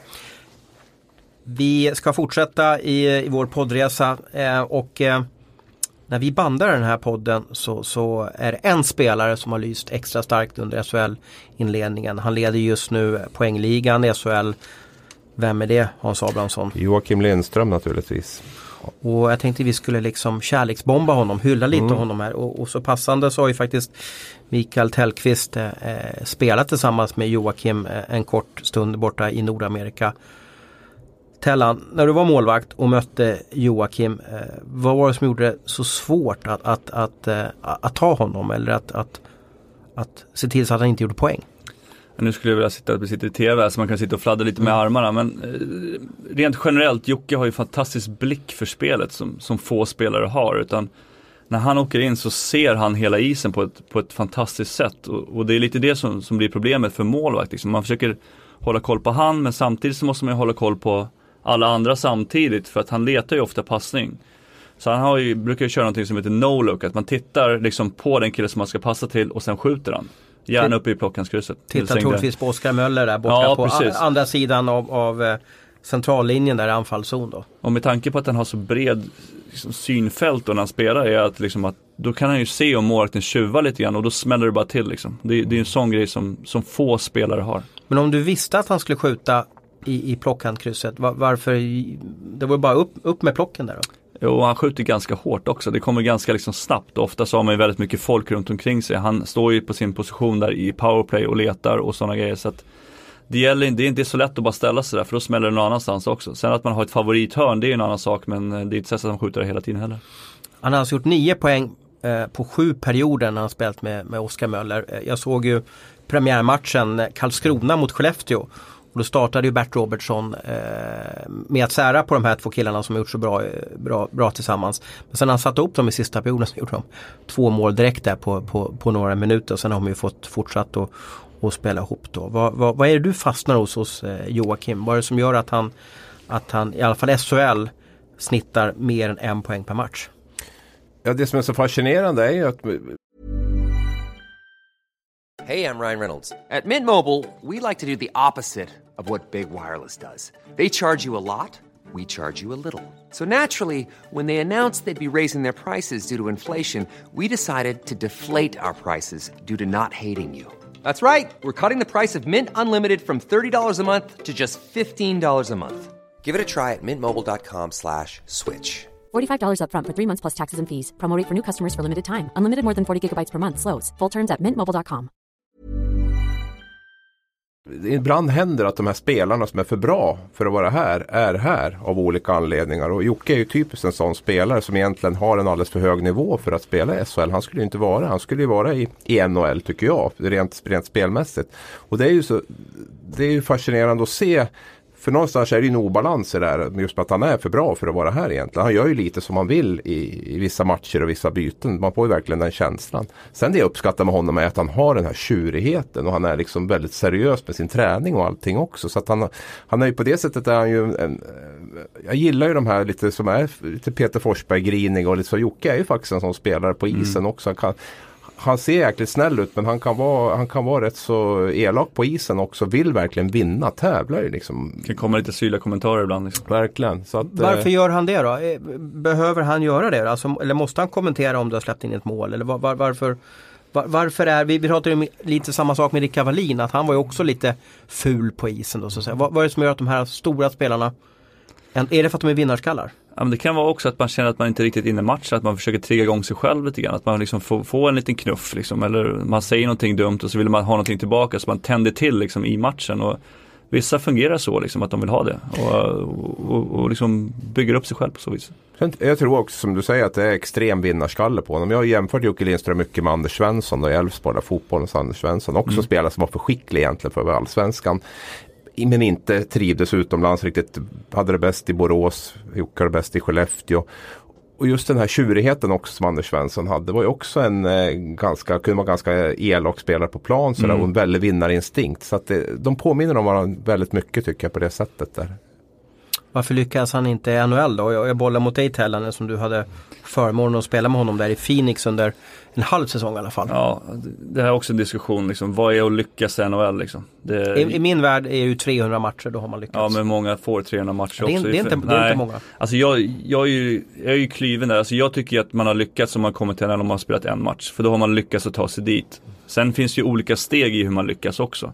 Vi ska fortsätta i vår poddresa och när vi bandar den här podden så är det en spelare som har lyst extra starkt under SHL-inledningen. Han leder just nu poängligan i SHL. Vem är det, Hans Abrahamsson? Joakim Lindström naturligtvis. Och jag tänkte vi skulle liksom kärleksbomba honom, hylla lite honom här. Och så passande så har ju faktiskt Mikael Tellqvist spelat tillsammans med Joakim en kort stund borta i Nordamerika. Tellan, när du var målvakt och mötte Joakim, vad var det som gjorde det så svårt att ta honom, eller att se till så att han inte gjorde poäng? Nu skulle jag vilja sitta i tv så man kan sitta och fladdra lite med armarna, men rent generellt, Jocke har ju fantastisk blick för spelet som få spelare har, utan när han åker in så ser han hela isen på ett fantastiskt sätt, och det är lite det som blir problemet för målvakt. Liksom. Man försöker hålla koll på han, men samtidigt så måste man ju hålla koll på alla andra samtidigt, för att han letar ju ofta passning. Så han brukar ju köra någonting som heter no-look, att man tittar liksom på den kille som man ska passa till och sen skjuter han. Gärna uppe i Plockanskrysset. Titta troligtvis på Oskar Möller där borta på andra sidan av centrallinjen där i anfallszon då. Och med tanke på att han har så bred liksom, synfält och när han spelar är att, liksom, att då kan han ju se om målvakten tjuvar lite grann och då smäller det bara till liksom. Det är en sån grej som få spelare har. Men om du visste att han skulle skjuta i Plockankrysset, varför? Det var bara upp med plocken där då? Jo, han skjuter ganska hårt också. Det kommer ganska liksom snabbt. Ofta så har man ju väldigt mycket folk runt omkring sig. Han står ju på sin position där i powerplay och letar och sådana grejer. Så att det är inte så lätt att bara ställa sig där, för då smäller det någon annanstans också. Sen att man har ett favorithörn, det är en annan sak, men det är inte så att han skjuter hela tiden heller. Han har alltså gjort 9 poäng på 7 perioder när han spelat med Oskar Möller. Jag såg ju premiärmatchen Karlskrona mot Skellefteå. Och då startade ju Bert Robertson med att sära på de här 2 killarna som har gjort så bra tillsammans. Men sen han satte upp dem i sista perioden så gjorde de 2 mål direkt där på några minuter. Och sen har de ju fått fortsatt att spela ihop då. Vad är det du fastnar hos Joakim? Vad är det som gör att han i alla fall SHL snittar mer än 1 poäng per match? Ja, det som är så fascinerande är ju att... Hey, I'm Ryan Reynolds. At Mint Mobile, we like to do the opposite of what Big Wireless does. They charge you a lot, we charge you a little. So naturally, when they announced they'd be raising their prices due to inflation, we decided to deflate our prices due to not hating you. That's right. We're cutting the price of Mint Unlimited from $30 a month to just $15 a month. Give it a try at mintmobile.com/switch. $45 up front for 3 months plus taxes and fees. Promo rate for new customers for limited time. Unlimited more than 40 gigabytes per month slows. Full terms at mintmobile.com. Ibland händer att de här spelarna som är för bra för att vara här är här av olika anledningar. Och Jocke är ju typiskt en sån spelare som egentligen har en alldeles för hög nivå för att spela i SHL. Han skulle ju inte vara. Han skulle ju vara i NHL tycker jag. Rent spelmässigt. Och det är ju fascinerande att se. För någonstans är det ju en obalans i det här, just med att han är för bra för att vara här egentligen. Han gör ju lite som han vill i vissa matcher och vissa byten. Man får ju verkligen den känslan. Sen det jag uppskattar med honom är att han har den här tjurigheten och han är liksom väldigt seriös med sin träning och allting också. Så att han är ju på det sättet är han ju jag gillar ju de här lite som är lite Peter Forsberg-grinig och lite så. Jocke är ju faktiskt en sån spelare på isen också. Han ser jäkligt snäll ut men han kan vara rätt så elak på isen också. Vill verkligen vinna, tävlar ju liksom. Det kan komma lite syrliga kommentarer ibland. Liksom. Verkligen. Så att, varför gör han det då? Behöver han göra det? Alltså, eller måste han kommentera om du har släppt in ett mål? Eller varför är vi pratar ju lite samma sak med Rick Wallin, att han var ju också lite ful på isen då, så att säga. Vad är det som gör att de här stora spelarna, är det för att de är vinnarskallar? Ja, men det kan vara också att man känner att man inte riktigt är inne i matchen, att man försöker trigga igång sig själv lite grann, att man liksom får en liten knuff liksom, eller man säger någonting dumt och så vill man ha någonting tillbaka så man tänder till liksom, i matchen, och vissa fungerar så liksom, att de vill ha det och liksom bygger upp sig själv på så vis. Jag tror också som du säger att det är extrem vinnarskalle på honom. Jag har jämfört Jocke Lindström mycket med Anders Svensson och i Elfsborg, där fotbollens Anders Svensson också spelare som var för skicklig egentligen för allsvenskan. Men inte trivdes utomlands riktigt, hade det bäst i Borås, Jocke det bäst i Skellefteå. Och just den här tjurigheten också som Anders Svensson hade var ju också en kunde vara ganska elak spelare på plan och en väldigt vinnarinstinkt. Så att de påminner om varandra väldigt mycket tycker jag på det sättet där. Varför lyckas han inte i NHL då? Jag bollar mot dig Tellan som du hade förmånen att spela med honom där i Phoenix under en halv säsong i alla fall. Ja, det här är också en diskussion liksom. Vad är att lyckas i NHL liksom? I min värld är ju 300 matcher, då har man lyckats. Ja, men många får 300 matcher också. Det är inte många. Alltså jag är ju kliven där. Alltså jag tycker att man har lyckats om man kommer till NHL om man har spelat en match. För då har man lyckats att ta sig dit. Sen finns det ju olika steg i hur man lyckas också.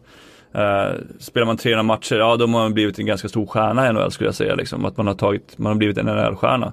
Spelar man 300 matcher, ja då har man blivit en ganska stor stjärna i NHL skulle jag säga liksom, att man har blivit en NHL-stjärna.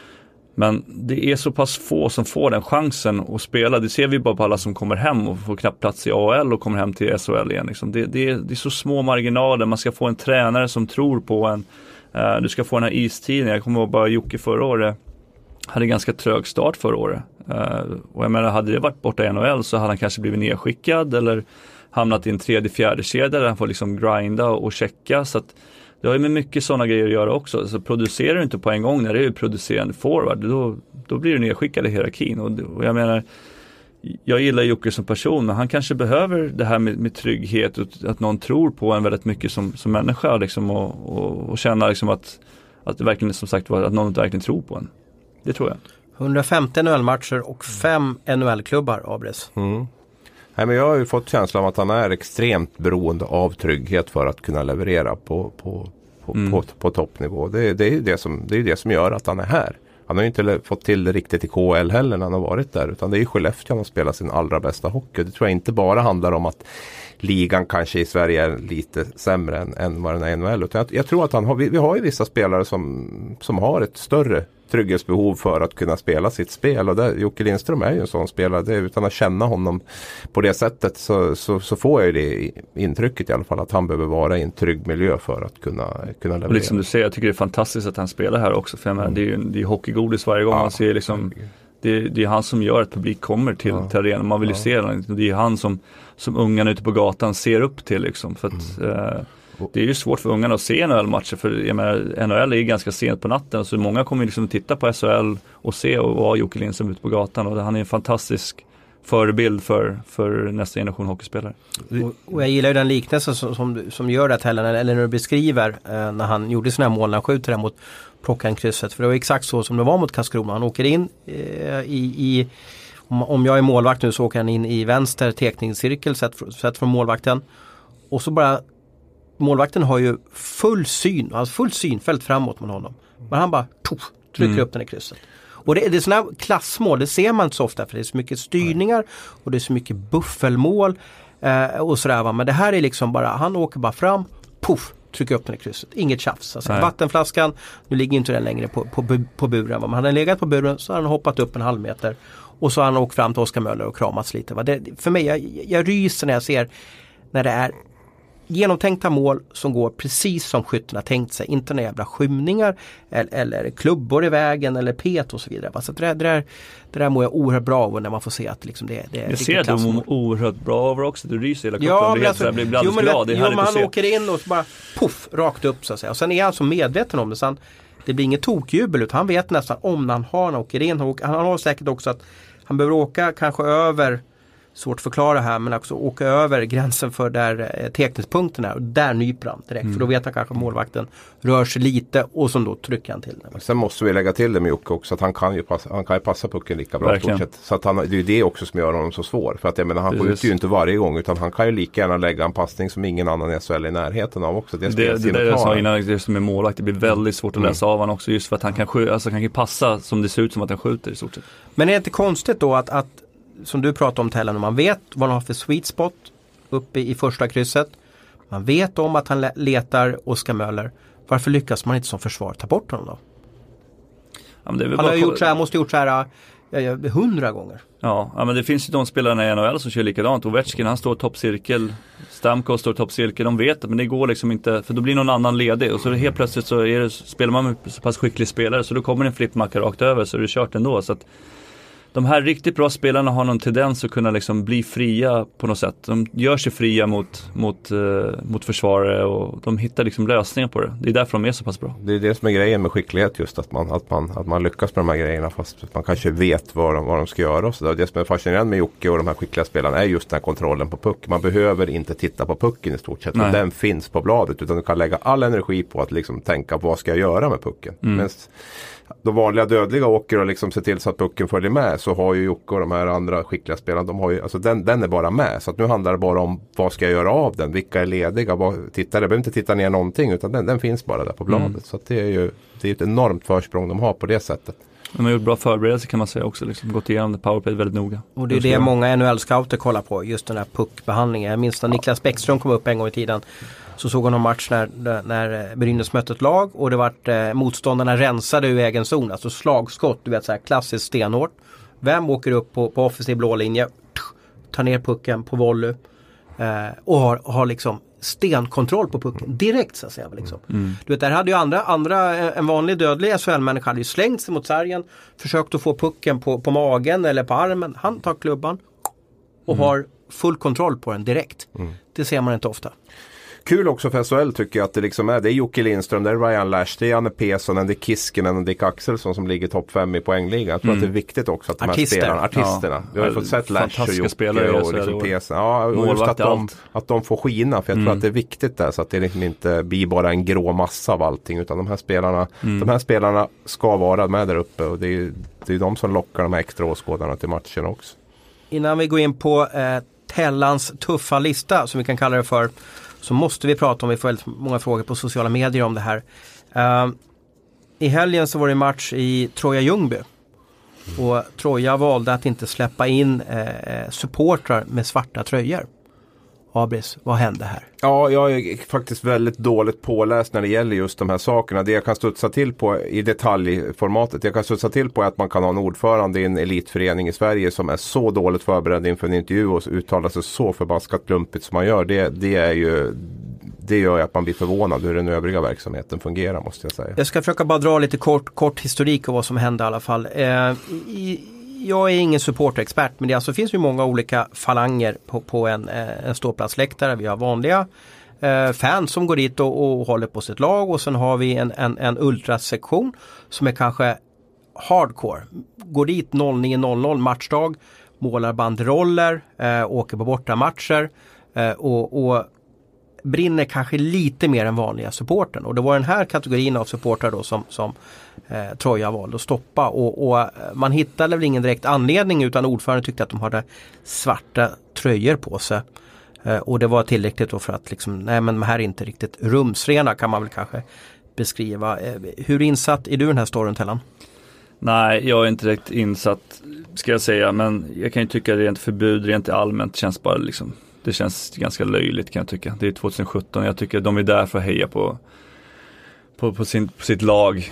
Men det är så pass få som får den chansen att spela. Det ser vi bara på alla som kommer hem och får knappt plats i AHL och kommer hem till SHL igen liksom. Det är så små marginaler. Man ska få en tränare som tror på en. Du ska få den här istiden. Jag kommer ihåg bara Jocke förra året hade ganska trög start förra året. Och jag menar, hade det varit borta i NHL så hade han kanske blivit nedskickad eller hamnat i en 3-4 kedja där han får liksom grinda och checka. Så att det har ju med mycket sådana grejer att göra också. Så producerar du inte på en gång när det är producerande forward, då blir du nedskickad i hierarkin. Och jag menar, jag gillar Jocke som person, men han kanske behöver det här med trygghet och att någon tror på en väldigt mycket som människa liksom, och känna liksom att det verkligen som sagt var att någon verkligen tror på en. Det tror jag. 150 NHL-matcher och 5 NHL-klubbar, Abres. Nej, men jag har ju fått känslan av att han är extremt beroende av trygghet för att kunna leverera på toppnivå. Det är ju det som gör att han är här. Han har ju inte fått till det riktigt i KHL heller när han har varit där, utan det är ju Skellefteå han har spelat sin allra bästa hockey. Det tror jag inte bara handlar om att ligan kanske i Sverige är lite sämre än vad den är i NHL. Utan jag tror att vi har ju vissa spelare som har ett större trygghetsbehov för att kunna spela sitt spel, och där, Jocke Lindström är ju en sån spelare. Utan att känna honom på det sättet så får jag ju det intrycket i alla fall, att han behöver vara i en trygg miljö för att kunna leverera. Liksom du säger, jag tycker det är fantastiskt att han spelar här också, för jag menar, det är ju hockeygodis varje gång man ser liksom det är han som gör att publik kommer till arenan. Man vill ju se den. Det är han som ungarna ute på gatan ser upp till liksom. För att, det är ju svårt för ungarna att se NHL-matcher, för jag menar, NHL är ju ganska sent på natten, så många kommer liksom titta på SHL och se och vara Jocke Lindström ute på gatan, och han är en fantastisk förebild för nästa generation hockeyspelare. Och jag gillar ju den liknelsen som gör det Hellen, eller när du beskriver när han gjorde sådana här mål när han skjuter där mot Prockan-krysset, för det var exakt så som det var mot Karlskrona. Han åker in om jag är målvakt nu så åker han in i vänster tekningscirkel sett från målvakten, och så bara målvakten har ju full synfält framåt med honom, men han bara trycker upp den i krysset. Och det är sådana här klassmål, det ser man inte så ofta, för det är så mycket styrningar och det är så mycket buffelmål och sådär, va? Men det här är liksom bara, han åker bara fram, trycker upp den i krysset, inget tjafs. Alltså, vattenflaskan, nu ligger inte den längre på buren, va? Men han har legat på buren, så har han hoppat upp en halv meter och så har han åkt fram till Oskar Möller och kramats lite, va? För mig, jag ryser när jag ser när det är genomtänkta mål som går precis som skyttarna tänkt sig. Inte några jävla skymningar eller klubbor i vägen eller pet och så vidare. Så det där mår jag oerhört bra av när man får se att liksom det är jag ser att du mår oerhört bra av också. Du ryser hela kroppen. Blir alldeles glad. Det är härligt att se. Han åker in och så bara rakt upp så att säga. Och sen är han så medveten om det. Så det blir inget tokjubel, utan han vet nästan om när han åker in. Han har säkert också att han behöver åka kanske över, svårt att förklara här, men också åka över gränsen för där teknispunkten är, och där nyper han direkt, för då vet han kanske målvakten rör sig lite och så då trycker han till den. Sen måste vi lägga till det med Jocke också, att han kan ju passa pucken lika bra stort sett. Så att det är ju det också som gör honom så svår, för att jag menar, han skjuter ju inte varje gång, utan han kan ju lika gärna lägga en passning som ingen annan i SHL är i närheten av också. Det är jag sa innan, det som är målvakt, det blir väldigt svårt att läsa av han också, just för att han kan passa som det ser ut som att han skjuter i stort sett. Men är det inte konstigt då att som du pratar om Tellan, man vet vad han har för sweet spot uppe i första krysset. Man vet om att han letar Oskar Möller. Varför lyckas man inte som försvar ta bort honom då? Ja, men det är väl han har gjort så här, måste gjort så här 100 gånger. Ja, men det finns ju de spelarna i NHL som kör likadant. Ovechkin, han står toppcirkel. Stamkos står toppcirkel. De vet det, men det går liksom inte, för då blir någon annan ledig. Och så helt plötsligt så spelar man med så pass skicklig spelare, så då kommer en flippmacka rakt över, så är det kört ändå. Så att de här riktigt bra spelarna har någon tendens att kunna liksom bli fria på något sätt. De gör sig fria mot försvarare, och de hittar liksom lösningar på det. Det är därför de är så pass bra. Det är det som är grejen med skicklighet, just att man lyckas med de här grejerna, fast man kanske vet vad de ska göra. Och så det som är fascinerande med Jocke och de här skickliga spelarna är just den här kontrollen på puck. Man behöver inte titta på pucken i stort sett, för den finns på bladet, utan du kan lägga all energi på att liksom tänka på vad ska jag göra med pucken. Men de vanliga dödliga åker och liksom ser till så att pucken följer med, så har ju Jocke och de här andra skickliga spelarna, de har ju, alltså den är bara med, så att nu handlar det bara om vad ska jag göra av den, vilka är lediga, jag behöver inte titta ner någonting, utan den finns bara där på bladet. Så att det är ju ett enormt försprång de har på det sättet. De har gjort bra förberedelse, kan man säga också, liksom gått igenom powerplay väldigt noga. Och det är det många NHL-scouter kollar på, just den här puckbehandlingen. Jag minns när Niklas Bäckström kom upp en gång i tiden, så såg han en match när Brynäs mötte ett lag, och det var motståndarna rensade ur egen zon, alltså slagskott, du vet, så här klassiskt stenhårt. Vem åker upp på offensiv blå linje, tar ner pucken på volley och har liksom stenkontroll på pucken direkt, så att säga, liksom. Du vet, där hade ju andra en vanlig dödlig SHL-människa hade ju slängt sig mot sargen, försökt att få pucken på magen eller på armen. Han tar klubban och har full kontroll på den direkt. Det ser man inte ofta. Kul också för SHL tycker jag att det liksom är Jocke Lindström, det är Ryan Lash, det är Janne Pesonen, det är Kiskinen och Dick Axelsson som ligger topp 5 i poängligan. Jag tror att det är viktigt också att de här spelarna, artisterna, vi har ju fått sett Lash och Jocke och liksom Pesonen. Ja, och just att de får skina, för jag tror att det är viktigt där, så att det liksom inte blir bara en grå massa av allting, utan de här spelarna ska vara med där uppe, och det är de som lockar de här extra åskådarna till matchen också. Innan vi går in på Tellans tuffa lista, som vi kan kalla det för, så måste vi prata om, vi får väldigt många frågor på sociala medier om det här. I helgen så var det match i Troja-Ljungby. Och Troja valde att inte släppa in supportrar med svarta tröjor. Abris, vad hände här? Ja, jag är faktiskt väldigt dåligt påläst när det gäller just de här sakerna. Det jag kan studsa till på i detaljformatet, jag kan studsa till på att man kan ha en ordförande i en elitförening i Sverige som är så dåligt förberedd inför en intervju och uttalar sig så förbaskat klumpigt som man gör. Det gör att man blir förvånad hur den övriga verksamheten fungerar, måste jag säga. Jag ska försöka bara dra lite kort historik av vad som hände i alla fall. jag är ingen supporterexpert, men det alltså finns ju många olika falanger på en ståplatsläktare. Vi har vanliga fans som går dit och håller på sitt lag, och sen har vi en ultrasektion som är kanske hardcore. Går dit 09:00 matchdag, målar banderoller, åker på bortamatcher och brinner kanske lite mer än vanliga supporten. Och det var den här kategorin av supportrar då som Troja valde att stoppa. Och man hittade väl ingen direkt anledning, utan ordförande tyckte att de hade svarta tröjor på sig. Och det var tillräckligt då för att liksom, nej men de här är inte riktigt rumsrena, kan man väl kanske beskriva. Hur insatt är du i den här storyn, Tellan? Nej, jag är inte direkt insatt, ska jag säga, men jag kan ju tycka att rent förbud, rent allmänt känns bara liksom, det känns ganska löjligt, kan jag tycka. Det är 2017, jag tycker att de är där för att heja på sitt lag.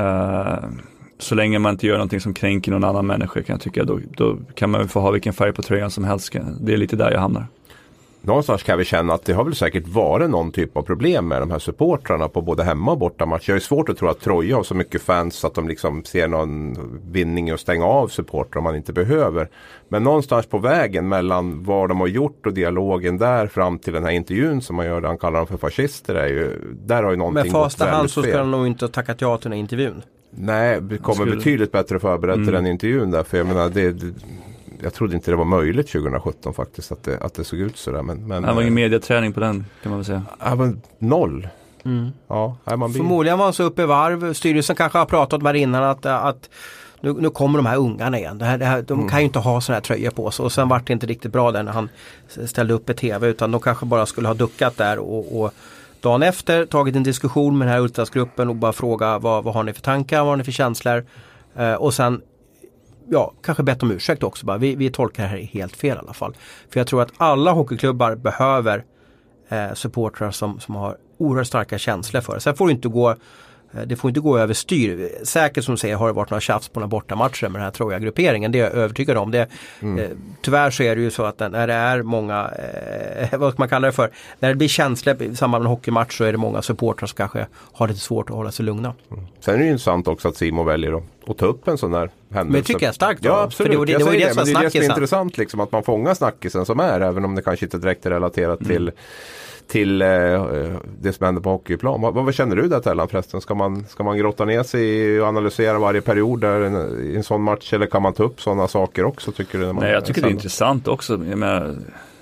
Så länge man inte gör någonting som kränker någon annan människa, kan jag tycka, då kan man få ha vilken färg på tröjan som helst. Det är lite där jag hamnar. Någonstans kan vi känna att det har väl säkert varit någon typ av problem med de här supportrarna på både hemma och bortamatch. Jag är svårt att tro att Troja har så mycket fans att de liksom ser någon vinning i att stänga av supportrar om man inte behöver. Men någonstans på vägen mellan vad de har gjort och dialogen där fram till den här intervjun som man gör, där han kallar dem för fascister, är ju, där har ju någonting gått väldigt fel. Med fasta hand så ska de nog inte tacka ja till den här intervjun. Nej, det kommer betydligt bättre förberett till den intervjun där, för jag menar jag trodde inte det var möjligt 2017 faktiskt att det såg ut sådär. Men det var ingen mediaträning på den, kan man väl säga. Ja, men 0. Ja, förmodligen var han så uppe i varv. Styrelsen kanske har pratat med innan att nu kommer de här ungarna igen. De kan ju inte ha såna här tröjor på sig. Och sen var det inte riktigt bra där när han ställde upp i tv, utan de kanske bara skulle ha duckat där och dagen efter tagit en diskussion med den här ultrasgruppen och bara fråga vad har ni för tankar, vad har ni för känslor, och sen kanske bett om ursäkt också. Bara, vi tolkar det här helt fel i alla fall. För jag tror att alla hockeyklubbar behöver supportrar som har oerhört starka känslor för det. Sen får det får inte gå över styr. Säkert som du säger har det varit några tjafs på några bortamatcher med den här Troja-grupperingen. Det är jag övertygad om. Tyvärr så är det ju så att när det är många, vad ska man kalla det för, när det blir känslor i samband med en hockeymatch, så är det många supportrar som kanske har lite svårt att hålla sig lugna. Sen är det ju intressant också att Simon väljer att ta upp en sån där händelse. Men det tycker jag är starkt. Ja, absolut. För det var ju det som är intressant liksom, att man fångar snackisen som är, även om det kanske inte direkt är relaterat till det som händer på hockeyplan. Vad känner du där, Tellan, förresten? Ska man grotta ner sig och analysera varje period där i en sån match, eller kan man ta upp sådana saker också, tycker du? Nej, jag tycker det är intressant också. Jag menar,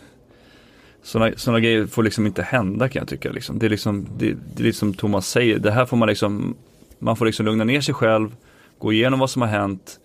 såna grejer får liksom inte hända, kan jag tycka. Liksom. Det är liksom Thomas säger. Det här får man får liksom lugna ner sig själv, gå igenom vad som har hänt.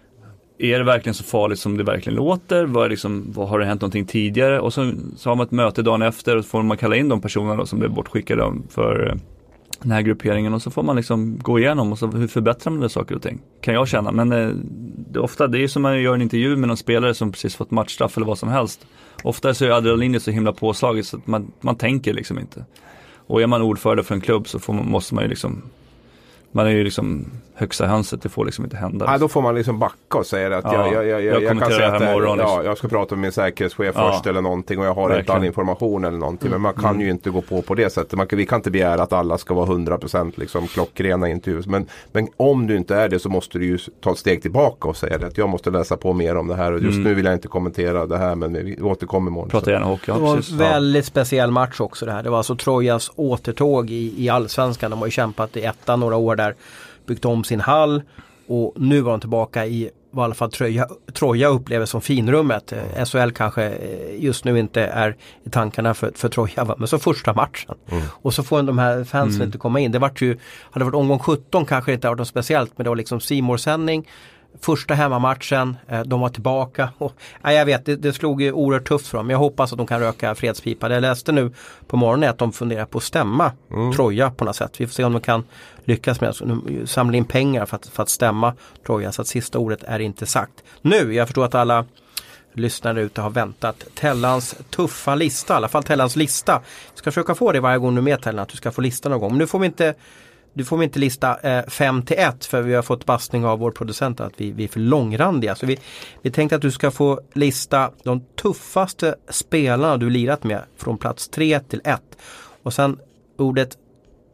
Är det verkligen så farligt som det verkligen låter? Vad har det hänt någonting tidigare? Och så har man ett möte dagen efter, och så får man kalla in de personerna då, som blev bortskickade för den här grupperingen, och så får man liksom gå igenom och så hur förbättrar man det saker och ting, kan jag känna. Men det är som man gör en intervju med någon spelare som precis fått matchstraff eller vad som helst. Ofta så är adrenalinet så himla påslaget så att man tänker liksom inte. Och är man ordförande för en klubb så måste man ju liksom, man är ju liksom högsta hönset, det får liksom inte hända. Nej, då får man liksom backa och säga att jag kan säga att jag ska prata med min säkerhetschef först eller någonting, och jag har inte all information eller någonting. Men man kan ju inte gå på det sättet. Vi kan inte begära att alla ska vara 100% liksom klockrena intervjuer. Men om du inte är det, så måste du ju ta ett steg tillbaka och säga att jag måste läsa på mer om det här. Och just nu vill jag inte kommentera det här, men vi återkommer imorgon. Prata gärna hockey. Det var en väldigt speciell match också det här. Det var alltså Trojas återtåg i Allsvenskan. De har ju kämpat i ettan några år där, byggt om sin hall, och nu var de tillbaka i vad i alla fall Troja upplever som finrummet. SHL kanske just nu inte är i tankarna för Troja, men så första matchen. Och så får de här fansen inte komma in. Hade varit omgång 17 kanske inte varit något speciellt, men det var liksom C-more-sändning. Första hemmamatchen, de var tillbaka. Jag vet, det slog ju oerhört tufft för dem. Jag hoppas att de kan röka fredspipa. Jag läste nu på morgonen att de funderar på att stämma Troja på något sätt. Vi får se om de kan lyckas med att samla in pengar för att stämma Troja, så att sista ordet är inte sagt. Nu, jag förstår att alla lyssnare ute har väntat. Tellans tuffa lista, i alla fall Tellans lista. Jag ska försöka få det varje gång du är med, Tellan, att du ska få lista någon gång. Men nu får vi inte... Du får inte lista 5-1, för vi har fått bastning av vår producent att vi är för långrandiga. Så vi tänkte att du ska få lista de tuffaste spelarna du lirat med från plats 3 till 1. Och sen ordet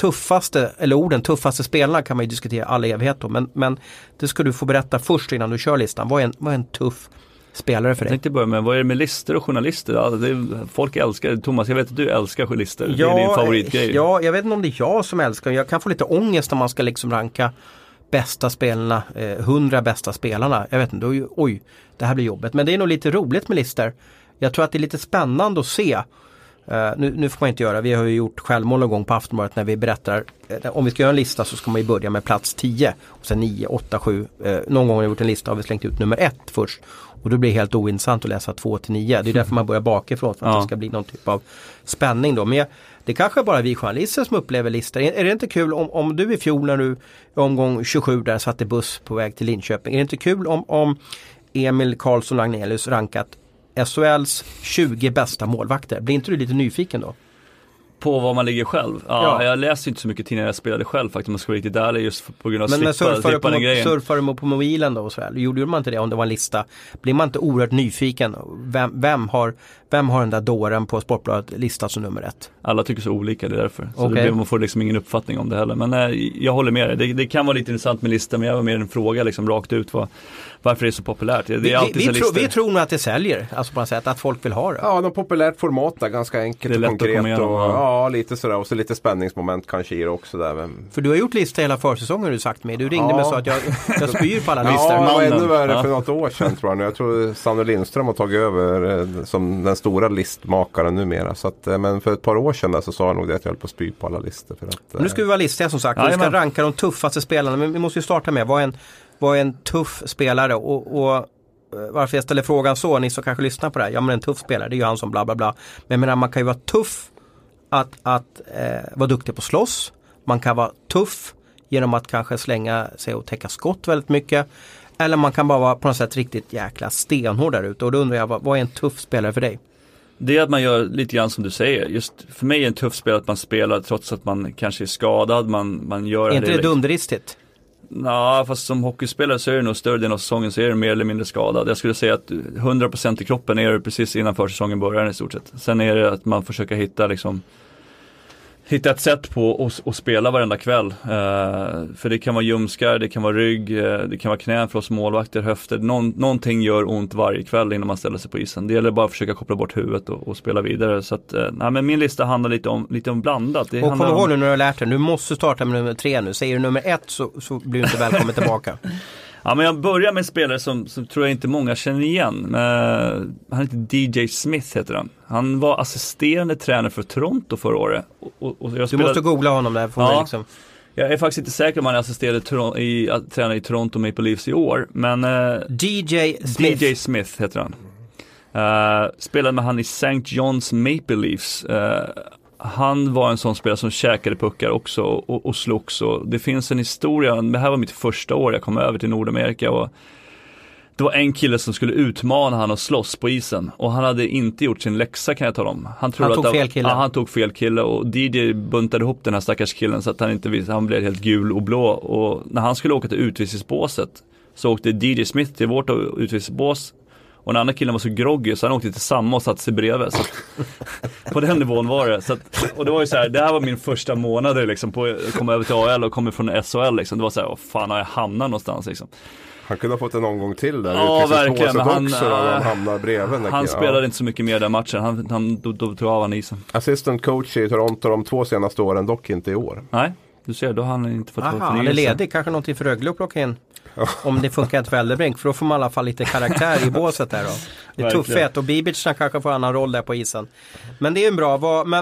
tuffaste, eller orden tuffaste spelarna kan man ju diskutera all evighet då, men det ska du få berätta först innan du kör listan. Vad är en tuff spelare för dig? Jag tänkte börja med, vad är det med lister och journalister? Alltså, folk älskar, Thomas, jag vet att du älskar journalister. Ja, det är din favoritgrej. Ja, jag vet inte om det är jag som älskar. Jag kan få lite ångest när man ska liksom ranka bästa spelarna, 100 bästa spelarna. Jag vet inte, oj, det här blir jobbigt. Men det är nog lite roligt med listor. Jag tror att det är lite spännande att se. Nu får man inte göra, vi har ju gjort självmål någon gång på Aftonbladet när vi berättar, om vi ska göra en lista så ska man ju börja med plats 10 och sen 9, 8, 7. Någon gång har vi gjort en lista och vi slängt ut nummer 1 först. Och då blir det helt ointressant att läsa 2-9. Det är därför man börjar bakifrån, för att det ska bli någon typ av spänning då. Men det kanske är bara vi journalister som upplever listor. Är det inte kul om du i fjol när du i omgång 27 där satt i buss på väg till Linköping. Är det inte kul om Emil Karlsson Agnelius rankat SHLs 20 bästa målvakter? Blir inte du lite nyfiken då? På vad man ligger själv. Ja. Jag läste inte så mycket tidningar jag spelade själv faktiskt. Man ska vara riktigt ärlig just på grund av men slippa den grejen. Surfar du på mobilen då och så här? Gjorde man inte det om det var en lista? Blir man inte oerhört nyfiken? Vem har den där dåren på Sportbladet listat som nummer 1? Alla tycker så olika, det är därför. Så man får liksom ingen uppfattning om det heller. Men jag håller med dig. Det kan vara lite intressant med listor, men jag var mer en fråga liksom rakt ut varför det är så populärt. Det är alltid vi tror nog att det säljer, alltså på något sätt, att folk vill ha det. Ja, de populärt format där, ganska enkelt och konkret. Ja, lite sådär. Och så lite spänningsmoment kanske i det också där. För du har gjort listor hela försäsongen, har du sagt mig. Du ringde mig och sa att jag spyr på alla listor. Ja, det var ännu värre för något år sedan tror jag. Jag tror Sanne Lindström har tagit över som den stora listmakaren numera. Så att, men för ett par år sedan så sa jag nog det att jag höll på att spy på alla listor. För att, nu ska vi vara listiga som sagt. Vi ska ranka de tuffaste spelarna. Men vi måste ju starta med vad är en tuff spelare och varför jag ställer frågan så, ni som kanske lyssnar på det här, ja men en tuff spelare, det är ju han som bla bla bla. Men jag menar, man kan ju vara tuff att vara duktig på att slåss. Man kan vara tuff genom att kanske slänga sig och täcka skott väldigt mycket. Eller man kan bara vara på något sätt riktigt jäkla stenhård där ute. Och då undrar jag, vad är en tuff spelare för dig? Det är att man gör lite grann som du säger. Just för mig är en tuff spelare att man spelar trots att man kanske är skadad. Man gör är inte det dumdristigt? Nej, fast som hockeyspelare så är det nog större delen av säsongen så är det mer eller mindre skadad. Jag skulle säga att 100% i kroppen är det precis innan försäsongen börjar i stort sett. Sen är det att man försöker hitta ett sätt på att spela varenda kväll. För det kan vara ljumskar, det kan vara rygg, det kan vara knän för oss målvakter, höfter. Någonting gör ont varje kväll innan man ställer sig på isen. Det gäller bara att försöka koppla bort huvudet och spela vidare. Så att, men min lista handlar lite om blandat. Det och kom ihåg nu när du har lärt dig, du måste starta med nummer 3 nu. Säger du nummer 1 så blir du inte välkommen tillbaka. Ja, men jag börjar med en spelare som tror jag inte många känner igen. Han heter DJ Smith heter han. Han var assisterande tränare för Toronto förra året. Du måste googla honom där. Ja, liksom. Jag är faktiskt inte säker om han är assisterande tränare i Toronto Maple Leafs i år. Men DJ Smith heter han. Spelade med han i St. John's Maple Leafs. Han var en sån spelare som käkade puckar också och slogs. Och det finns en historia, det här var mitt första år jag kom över till Nordamerika och det var en kille som skulle utmana han och slåss på isen och han hade inte gjort sin läxa kan jag tala om. Han tog fel kille. Ja, han tog fel kille och DJ buntade ihop den här stackars killen så att han blev helt gul och blå och när han skulle åka till utvisningsbåset så åkte DJ Smith till vårt utvisningsbås. Och den andra killen var så groggy så han åkte till samma och satte sig bredvid. Så på den nivån var det. Så att, och det var ju så här, det här var min första månad liksom, på att komma över till AL och komma från SHL. Liksom. Det var så här, vad fan har jag hamnat någonstans liksom. Han kunde ha fått en omgång till där. Ja, verkligen. Men han hamnar bredvid. Han spelade inte så mycket mer den matchen. Han tog av han isen. Assistant coach i Toronto de 2 senaste åren, dock inte i år. Nej, du ser, då har han inte fått förnyelse. Han är ledig, kanske någonting för Rögle att plocka in. Om det funkar inte för Eldebrink, för då får man i alla fall lite karaktär i båset där då. Det är tuffhet och Bibicna kanske får en annan roll där på isen. Men det är ju bra.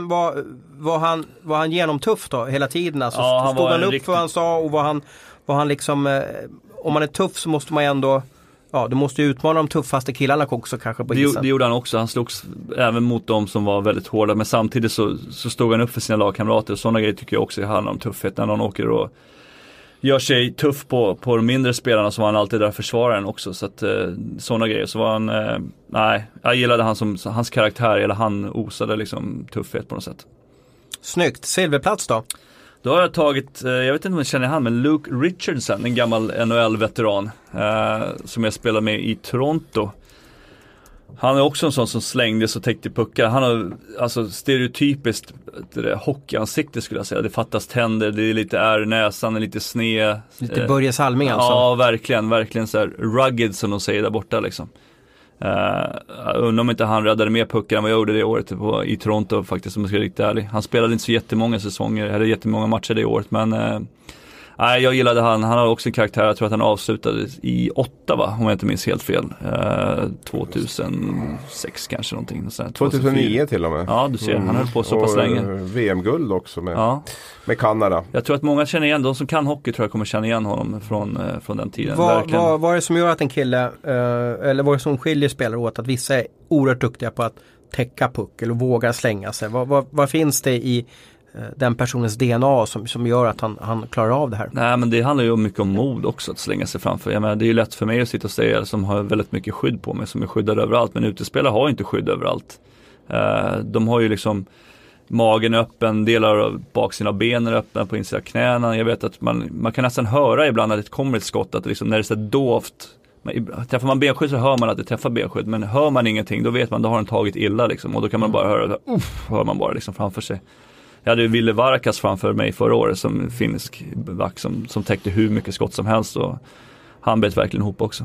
Var han genomtuff då hela tiden? Alltså, ja, stod han upp för vad han sa och var han liksom, om man är tuff så måste man ändå, ja, du måste ju utmana de tuffaste killarna också kanske på isen. Det gjorde han också. Han slogs även mot dem som var väldigt hårda, men samtidigt så stod han upp för sina lagkamrater och sådana grejer tycker jag också handlar om tuffhet när någon åker och gör sig tuff på de mindre spelarna så var han alltid där försvararen också. Så att sådana grejer. Så var han, nej, jag gillade hans karaktär, eller han osade liksom tuffhet på något sätt. Snyggt. Silverplats då? Då har jag tagit, jag vet inte om jag känner han, men Luke Richardson, en gammal NHL-veteran som jag spelade med i Toronto. Han är också en sån som slängdes och täckte puckar. Han har alltså stereotypiskt hockeyansikte skulle jag säga. Det fattas tänder, det är lite ärr, näsan är lite sned. Lite Börje Salming alltså. Ja, verkligen så här rugged som de säger där borta liksom. Undrar om inte han räddade mer puckar än vad jag gjorde det året i Toronto faktiskt, om jag ska vara riktigt ärlig. Han spelade inte så jättemånga säsonger, eller jättemånga matcher det året, men nej, jag gillade han har också en karaktär, jag tror att han avslutade i 8 va, om jag inte minns helt fel. 2006 kanske någonting. 2009 till och med. Ja, du ser, han höll på så pass länge. VM-guld också med Kanada. Jag tror att många känner igen, de som kan hockey tror jag kommer känna igen honom från den tiden. Vad är det som gör att en kille, eller vad är det som skiljer spelare åt, att vissa är oerhört duktiga på att täcka puck eller våga slänga sig? Vad finns det i den personens DNA som gör att han klarar av det här? Nej, men det handlar ju mycket om mod också, att slänga sig framför. Jag menar, det är ju lätt för mig att sitta och säga som har väldigt mycket skydd på mig, som är skyddad överallt, men utespelare har ju inte skydd överallt. De har ju liksom magen öppen, delar av baksidan av benen öppna, på insidan knäna. Jag vet att man kan nästan höra ibland att det kommer ett skott, att liksom, när det är så dovt, träffar man benskydd så hör man att det träffar benskydd, men hör man ingenting då vet man, då har den tagit illa liksom, och då kan man bara höra hör man bara liksom framför sig. Jag hade ju Ville Varkas framför mig förra året som finsk back som täckte hur mycket skott som helst, och han bet verkligen ihop också.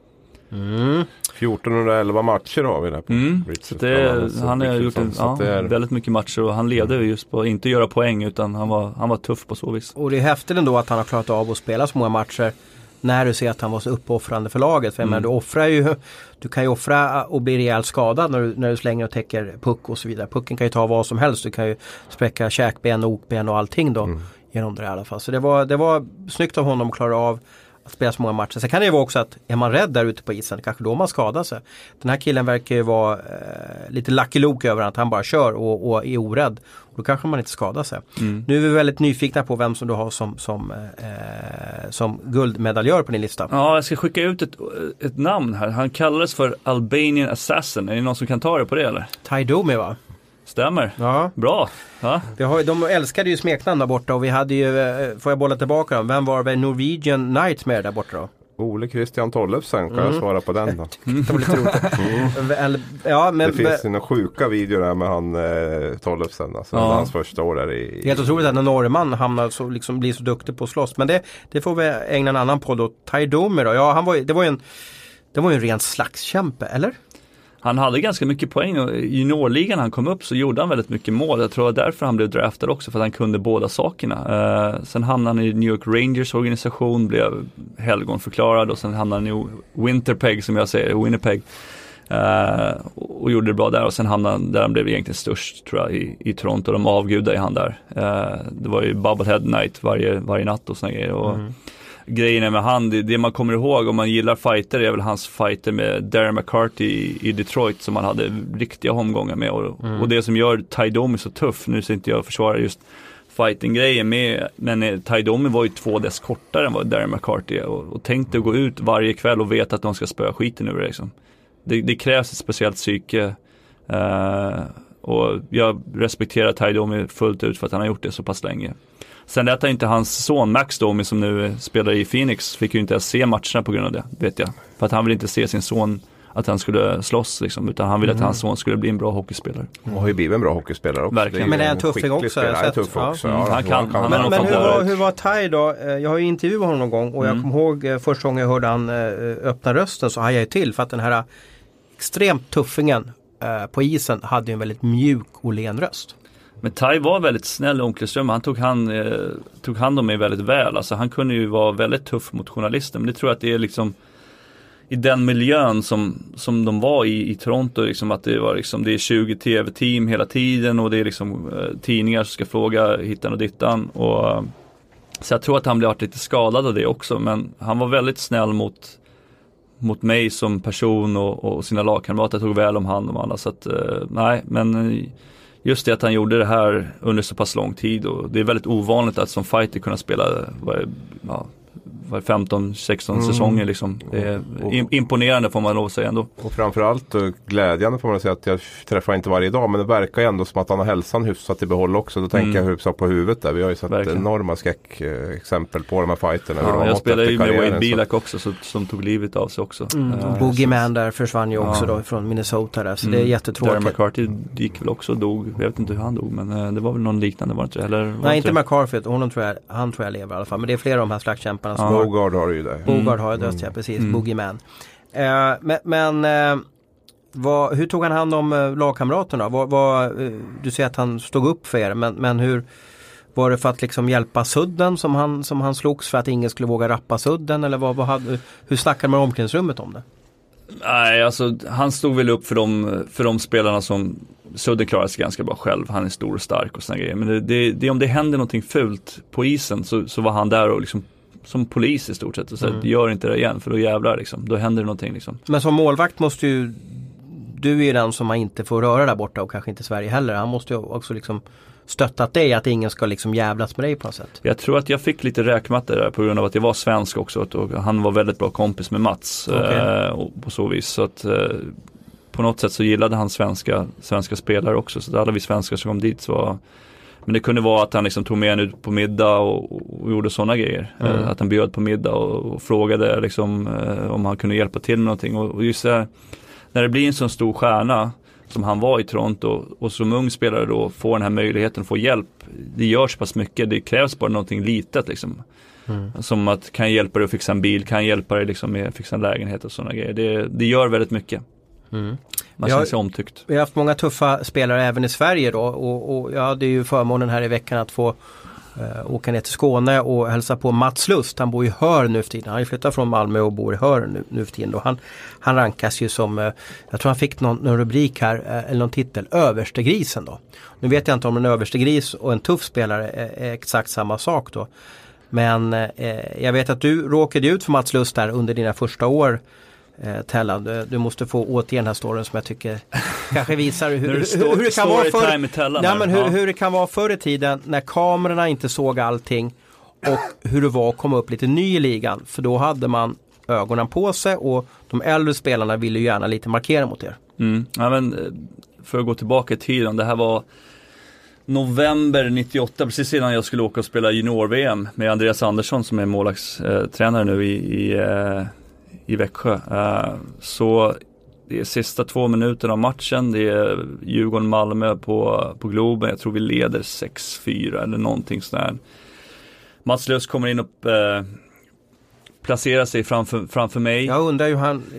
1411 matcher har vi där på han har gjort väldigt mycket matcher, och han levde just på inte göra poäng, utan han var tuff på så vis. Och det är häftigt ändå att han har klarat av att spela så många matcher när du ser att han var så uppoffrande för laget. För men du kan ju offra och bli rejält skadad när du slänger och täcker puck och så vidare. Pucken kan ju ta vad som helst. Du kan ju spräcka käkben, okben och allting då genom det i alla fall. Så det var snyggt av honom att klara av att spela så många matcher. Sen kan det ju vara också att är man rädd där ute på isen, kanske då man skadar sig. Den här killen verkar ju vara lite Lucky Luke över att han bara kör och är orädd. Och då kanske man inte skadar sig. Nu är vi väldigt nyfikna på vem som du har som guldmedaljör på din lista. Ja, jag ska skicka ut ett namn här. Han kallades för Albanian Assassin. Är det någon som kan ta det på det eller? Ty Domi va? Stämmer. Ja. Bra. Ja. De älskade ju smeknamn där borta, och vi hade ju, får jag bolla tillbaka dem, vem var det Norwegian Nightmare där borta då? Ole Christian Tollefsen, kan jag svara på den då? Det var lite roligt. Det finns några sjuka videor där med han Tollefsen, alltså hans första år där i... Helt otroligt att en norrman hamnar så, liksom, blir så duktig på att slåss, men det får vi ägna en annan på då. Ty Domi då, det var ju en ren slagskämpe, eller? Han hade ganska mycket poäng, och i juniorligan han kom upp så gjorde han väldigt mycket mål. Jag tror därför han blev draftad också, för att han kunde båda sakerna. Sen hamnade han i New York Rangers organisation, blev helgonförklarad, och sen hamnade han i Winnipeg, som jag säger, Winnipeg. Och gjorde det bra där, och sen hamnade han där han blev egentligen störst tror jag i Toronto. De avgudade han där. Det var ju Bubblehead Night varje natt och såna grejer. Och grejerna med han, det man kommer ihåg om man gillar fighter är väl hans fighter med Darren McCarty i Detroit, som man hade riktiga omgångar med, och det som gör Ty Domi så tuff, nu ser inte jag försvara just fighting-grejen med, men Ty Domi var ju 2 dess kortare än vad Darren McCarty är, och tänkte gå ut varje kväll och veta att de ska spöa skiten ur det liksom. Det krävs ett speciellt psyke, och jag respekterar Ty Domi fullt ut för att han har gjort det så pass länge. Sen lät inte hans son Max Domi, som nu spelar i Phoenix, fick ju inte ens se matcherna på grund av det, vet jag. För att han vill inte se sin son att han skulle slåss liksom, utan han ville att hans son skulle bli en bra hockeyspelare. Och har ju blivit en bra hockeyspelare också. Verkligen. Men är en tuffing också. Han kan. Men hur var Ty då? Jag har ju intervjuat honom någon gång, och jag kommer ihåg första gången jag hörde han öppna rösten, så hajade jag till, för att den här extremt tuffingen på isen hade ju en väldigt mjuk och len röst. Men Ty var väldigt snäll i omklädningsrummet. Han tog hand om mig väldigt väl. Alltså, han kunde ju vara väldigt tuff mot journalister. Men det tror jag att det är liksom i den miljön som de var i Toronto. Liksom, att det var liksom, det är 20 tv-team hela tiden. Och det är liksom tidningar som ska fråga hittan och dittan. Och, så jag tror att han blev lite skadad av det också. Men han var väldigt snäll mot mig som person och sina lagkamrater. Tog väl om hand om alla. Så att, nej, men... Just det att han gjorde det här under så pass lång tid, och det är väldigt ovanligt att som fighter kunna spela 15-16 säsonger liksom. Det är imponerande får man lov att säga ändå. Och framförallt glädjande får man säga att jag träffar inte varje dag, men det verkar ju ändå som att han har hälsan hyfsat i behåll också. Då tänker jag hyfsat på huvudet där. Vi har ju sett enorma skräckexempel på de här fighterna. Ja, jag spelade ju med Wade Bilak också som tog livet av sig också. Boogeyman där försvann ju också då från Minnesota där, så det är jättetråkigt. Darren McCarthy gick väl också och dog. Jag vet inte hur han dog, men det var väl någon liknande, var det inte? Eller, nej, inte McCarthy, han tror jag lever i alla fall, men det är flera av de här slagskämparna som Bogard har ju det. Bogard har ju döst, ja precis, Boogeyman. Hur tog han hand om lagkamraterna? Du säger att han stod upp för er, men hur var det för att liksom hjälpa Sudden som han slogs för att ingen skulle våga rappa Sudden, eller hur snackade man i omklädningsrummet om det? Nej, alltså han stod väl upp för de spelarna som Sudden klarade sig ganska bra själv. Han är stor och stark och såna grejer. Men det om det händer någonting fult på isen så var han där och liksom som polis i stort sett och så gör inte det igen, för då jävlar liksom. Då händer det någonting liksom. Men som målvakt måste ju du är ju den som man inte får röra där borta, och kanske inte Sverige heller. Han måste ju också liksom stöttat dig att ingen ska liksom jävlas med dig på något sätt. Jag tror att jag fick lite räkmatte där på grund av att jag var svensk också, och han var väldigt bra kompis med Mats och på så vis, så att på något sätt så gillade han svenska spelare också, så alla vi svenskar som kom dit så. Men det kunde vara att han liksom tog med en ut på middag och gjorde sådana grejer. Att han bjöd på middag och frågade liksom, om han kunde hjälpa till med någonting. Och just det här, när det blir en sån stor stjärna som han var i Toronto och som ung spelare då får den här möjligheten att få hjälp. Det görs pass mycket, det krävs bara någonting litet liksom. Som att kan hjälpa dig att fixa en bil, kan hjälpa dig liksom med att fixa en lägenhet och sådana grejer. Det gör väldigt mycket. Man känner sig omtyckt. Vi har haft många tuffa spelare även i Sverige då, och jag hade ju förmånen här i veckan att få åka ner till Skåne och hälsa på Mats Lust. Han bor i Hör nu för tiden. Han har ju flyttat från Malmö och bor i Hör nu för tiden. Han rankas ju som, jag tror han fick någon rubrik här, eller någon titel, överstegrisen då. Nu vet jag inte om en överstegris och en tuff spelare är exakt samma sak då. Men jag vet att du råkade ut för Mats Lust där under dina första år, Tellan. Du måste få återge den här storyn som jag tycker kanske visar hur det kan vara hur det kan vara förr i tiden när kamerorna inte såg allting, och hur det var att komma upp lite ny i ligan, för då hade man ögonen på sig och de äldre spelarna ville ju gärna lite markera mot er. Ja, men för att gå tillbaka i tiden, det här var november 98, precis innan jag skulle åka och spela junior-VM med Andreas Andersson som är målvaktstränare nu i Växjö. Så det är sista 2 minuter av matchen. Det är Djurgården-Malmö på Globen. Jag tror vi leder 6-4 eller någonting sådär. Mats Lös kommer in och placerar sig framför mig. Jag undrar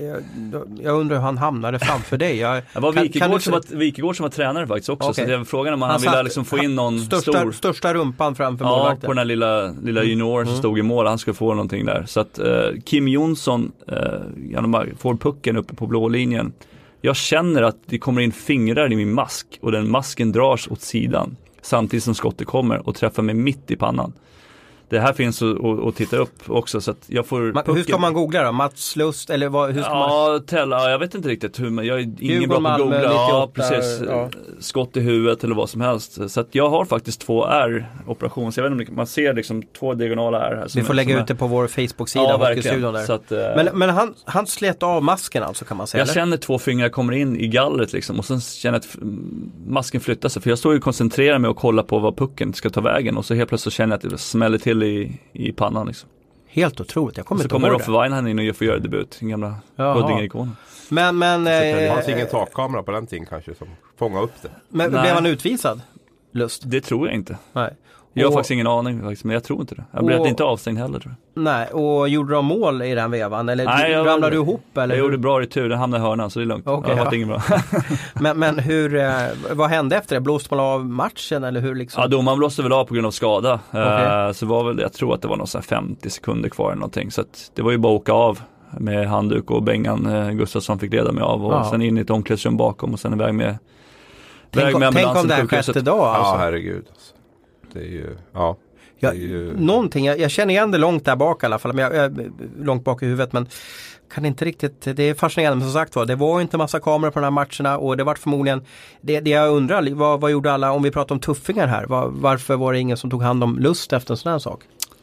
hur han hamnade framför dig. Det var Wikegård som var tränare faktiskt också. Okay. Så det var frågan om han ville liksom få in någon största rumpan framför målvakten. Ja, på den här lilla junior som stod i mål. Han skulle få någonting där. Så att Kim Jonsson får pucken uppe på blå linjen. Jag känner att det kommer in fingrar i min mask, och den masken dras åt sidan samtidigt som skottet kommer och träffar mig mitt i pannan. Det här finns att titta upp också, så att jag får hur ska man googla då? Mats Lust eller hur ska man? Tälla, jag vet inte riktigt hur, men jag är ingen bra på att googla. 98, ja, precis. Ja. Skott i huvudet eller vad som helst. Så att jag har faktiskt 2 R-operationer. Så jag vet inte om man ser liksom 2 diagonala R här. Vi får lägga ut det på vår Facebook-sida. Verkligen. Där. Så att, men han slet av masken alltså, kan man säga. Jag känner 2 fingrar kommer in i gallret liksom, och sen känner jag att masken flyttar sig. För jag står ju koncentrerad med att kolla på vad pucken ska ta vägen, och så helt plötsligt känner jag att det smäller till i pannan liksom. Helt otroligt, jag kommer inte ihåg det. Så kommer Roffe Weinheim in och får göra debut, den gamla Huddinge-ikonen. Men det fanns ingen takkamera på den tiden kanske som fångade upp det. Men blev han utvisad? Lust? Det tror jag inte. Nej. Jag har faktiskt ingen aning faktiskt, men jag tror inte det. Jag blev inte avstängd heller, tror jag. Nej, och gjorde de mål i den vevan? Eller ramlade du ihop? Eller? Jag gjorde bra retur, den hamnade i hörnan, så det är lugnt. Okay, det var inget bra. men vad hände efter det? Blåste man av matchen? Eller hur liksom? Ja, domaren blåste väl av på grund av skada. Okay. Så var väl, jag tror att det var någon så här 50 sekunder kvar eller någonting. Så att det var ju bara att åka av med handduk, och Bengan Gustafsson fick leda mig av. Och sen in i ett omklädningsrum bakom, och sen iväg med ambulansen. Tänk om det här sjätte dag alltså. Ja, herregud. Det är ju, någonting, jag känner igen det långt där bak i alla fall, men jag långt bak i huvudet, men kan inte riktigt, det är fascinerande, men som sagt var, det var inte massa kameror på de här matcherna, och det var förmodligen, det jag undrar, vad gjorde alla, om vi pratar om tuffingar här, varför var det ingen som tog hand om Lust efter en sån här sak?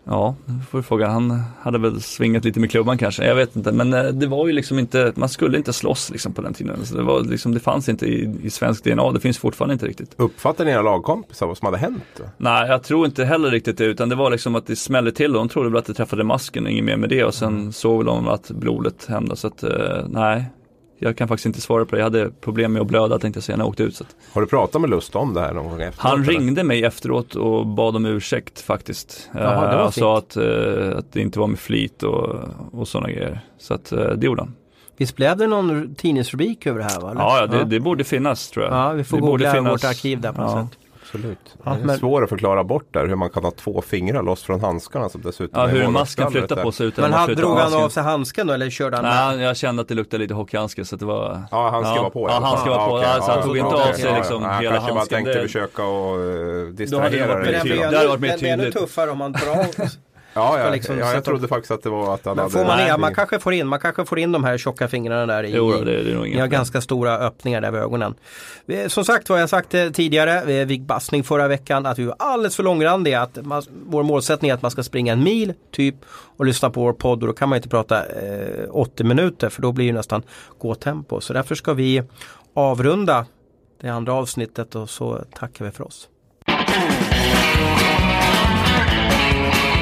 Ja, får du fråga. Han hade väl svingat lite med klubban kanske. Jag vet inte, men det var ju liksom inte, man skulle inte slåss liksom på den tiden. Så det var liksom, det fanns inte i svensk DNA. Det finns fortfarande inte riktigt. Uppfattade ni era lagkompisar vad som hade hänt? Nej, jag tror inte heller riktigt det, utan det var liksom att det smällde till och de trodde väl att det träffade masken och inget mer med det, och sen såg de att blodet hände, så att nej. Jag kan faktiskt inte svara på det. Jag hade problem med att blöda, tänkte jag säga, när jag åkte ut. Så att... Har du pratat med Lust om det här någon gång efteråt? Han ringde mig efteråt och bad om ursäkt faktiskt. Jaha, och sa att det inte var med flit och sådana grejer. Så att det gjorde han. Visst blev det någon tidningsrubrik över det här, va? Eller? Ja, det borde finnas, tror jag. Ja, vi får googla vårt arkiv där på något sätt. Absolut. Ja, det är svårt att förklara bort där hur man kan ha 2 fingrar loss från handskarna som dessutom ja, hur masken flyttar på sig utan men drog han av sig handsken då, eller körde han? Nej, jag kände att det luktade lite hockeyhandske, så att det var... Ja, handsken var på. Ja, handsken var på. Så han tog inte av sig liksom hela handsken. Jag bara tänkte försöka och distrahera det. Det är ännu tuffare om man drar... Ja, liksom jag trodde faktiskt att det var att han hade... Får man kanske får in de här tjocka fingrarna där i. Jo, det är nog ni har ganska stora öppningar där vid ögonen. Som sagt, vad jag sagt tidigare, Vig Bassning förra veckan, att vi var alldeles för långrandiga. Att vår målsättning är att man ska springa 1 mil typ och lyssna på vår podd, och då kan man inte prata 80 minuter, för då blir det nästan gåtempo. Så därför ska vi avrunda det andra avsnittet, och så tackar vi för oss.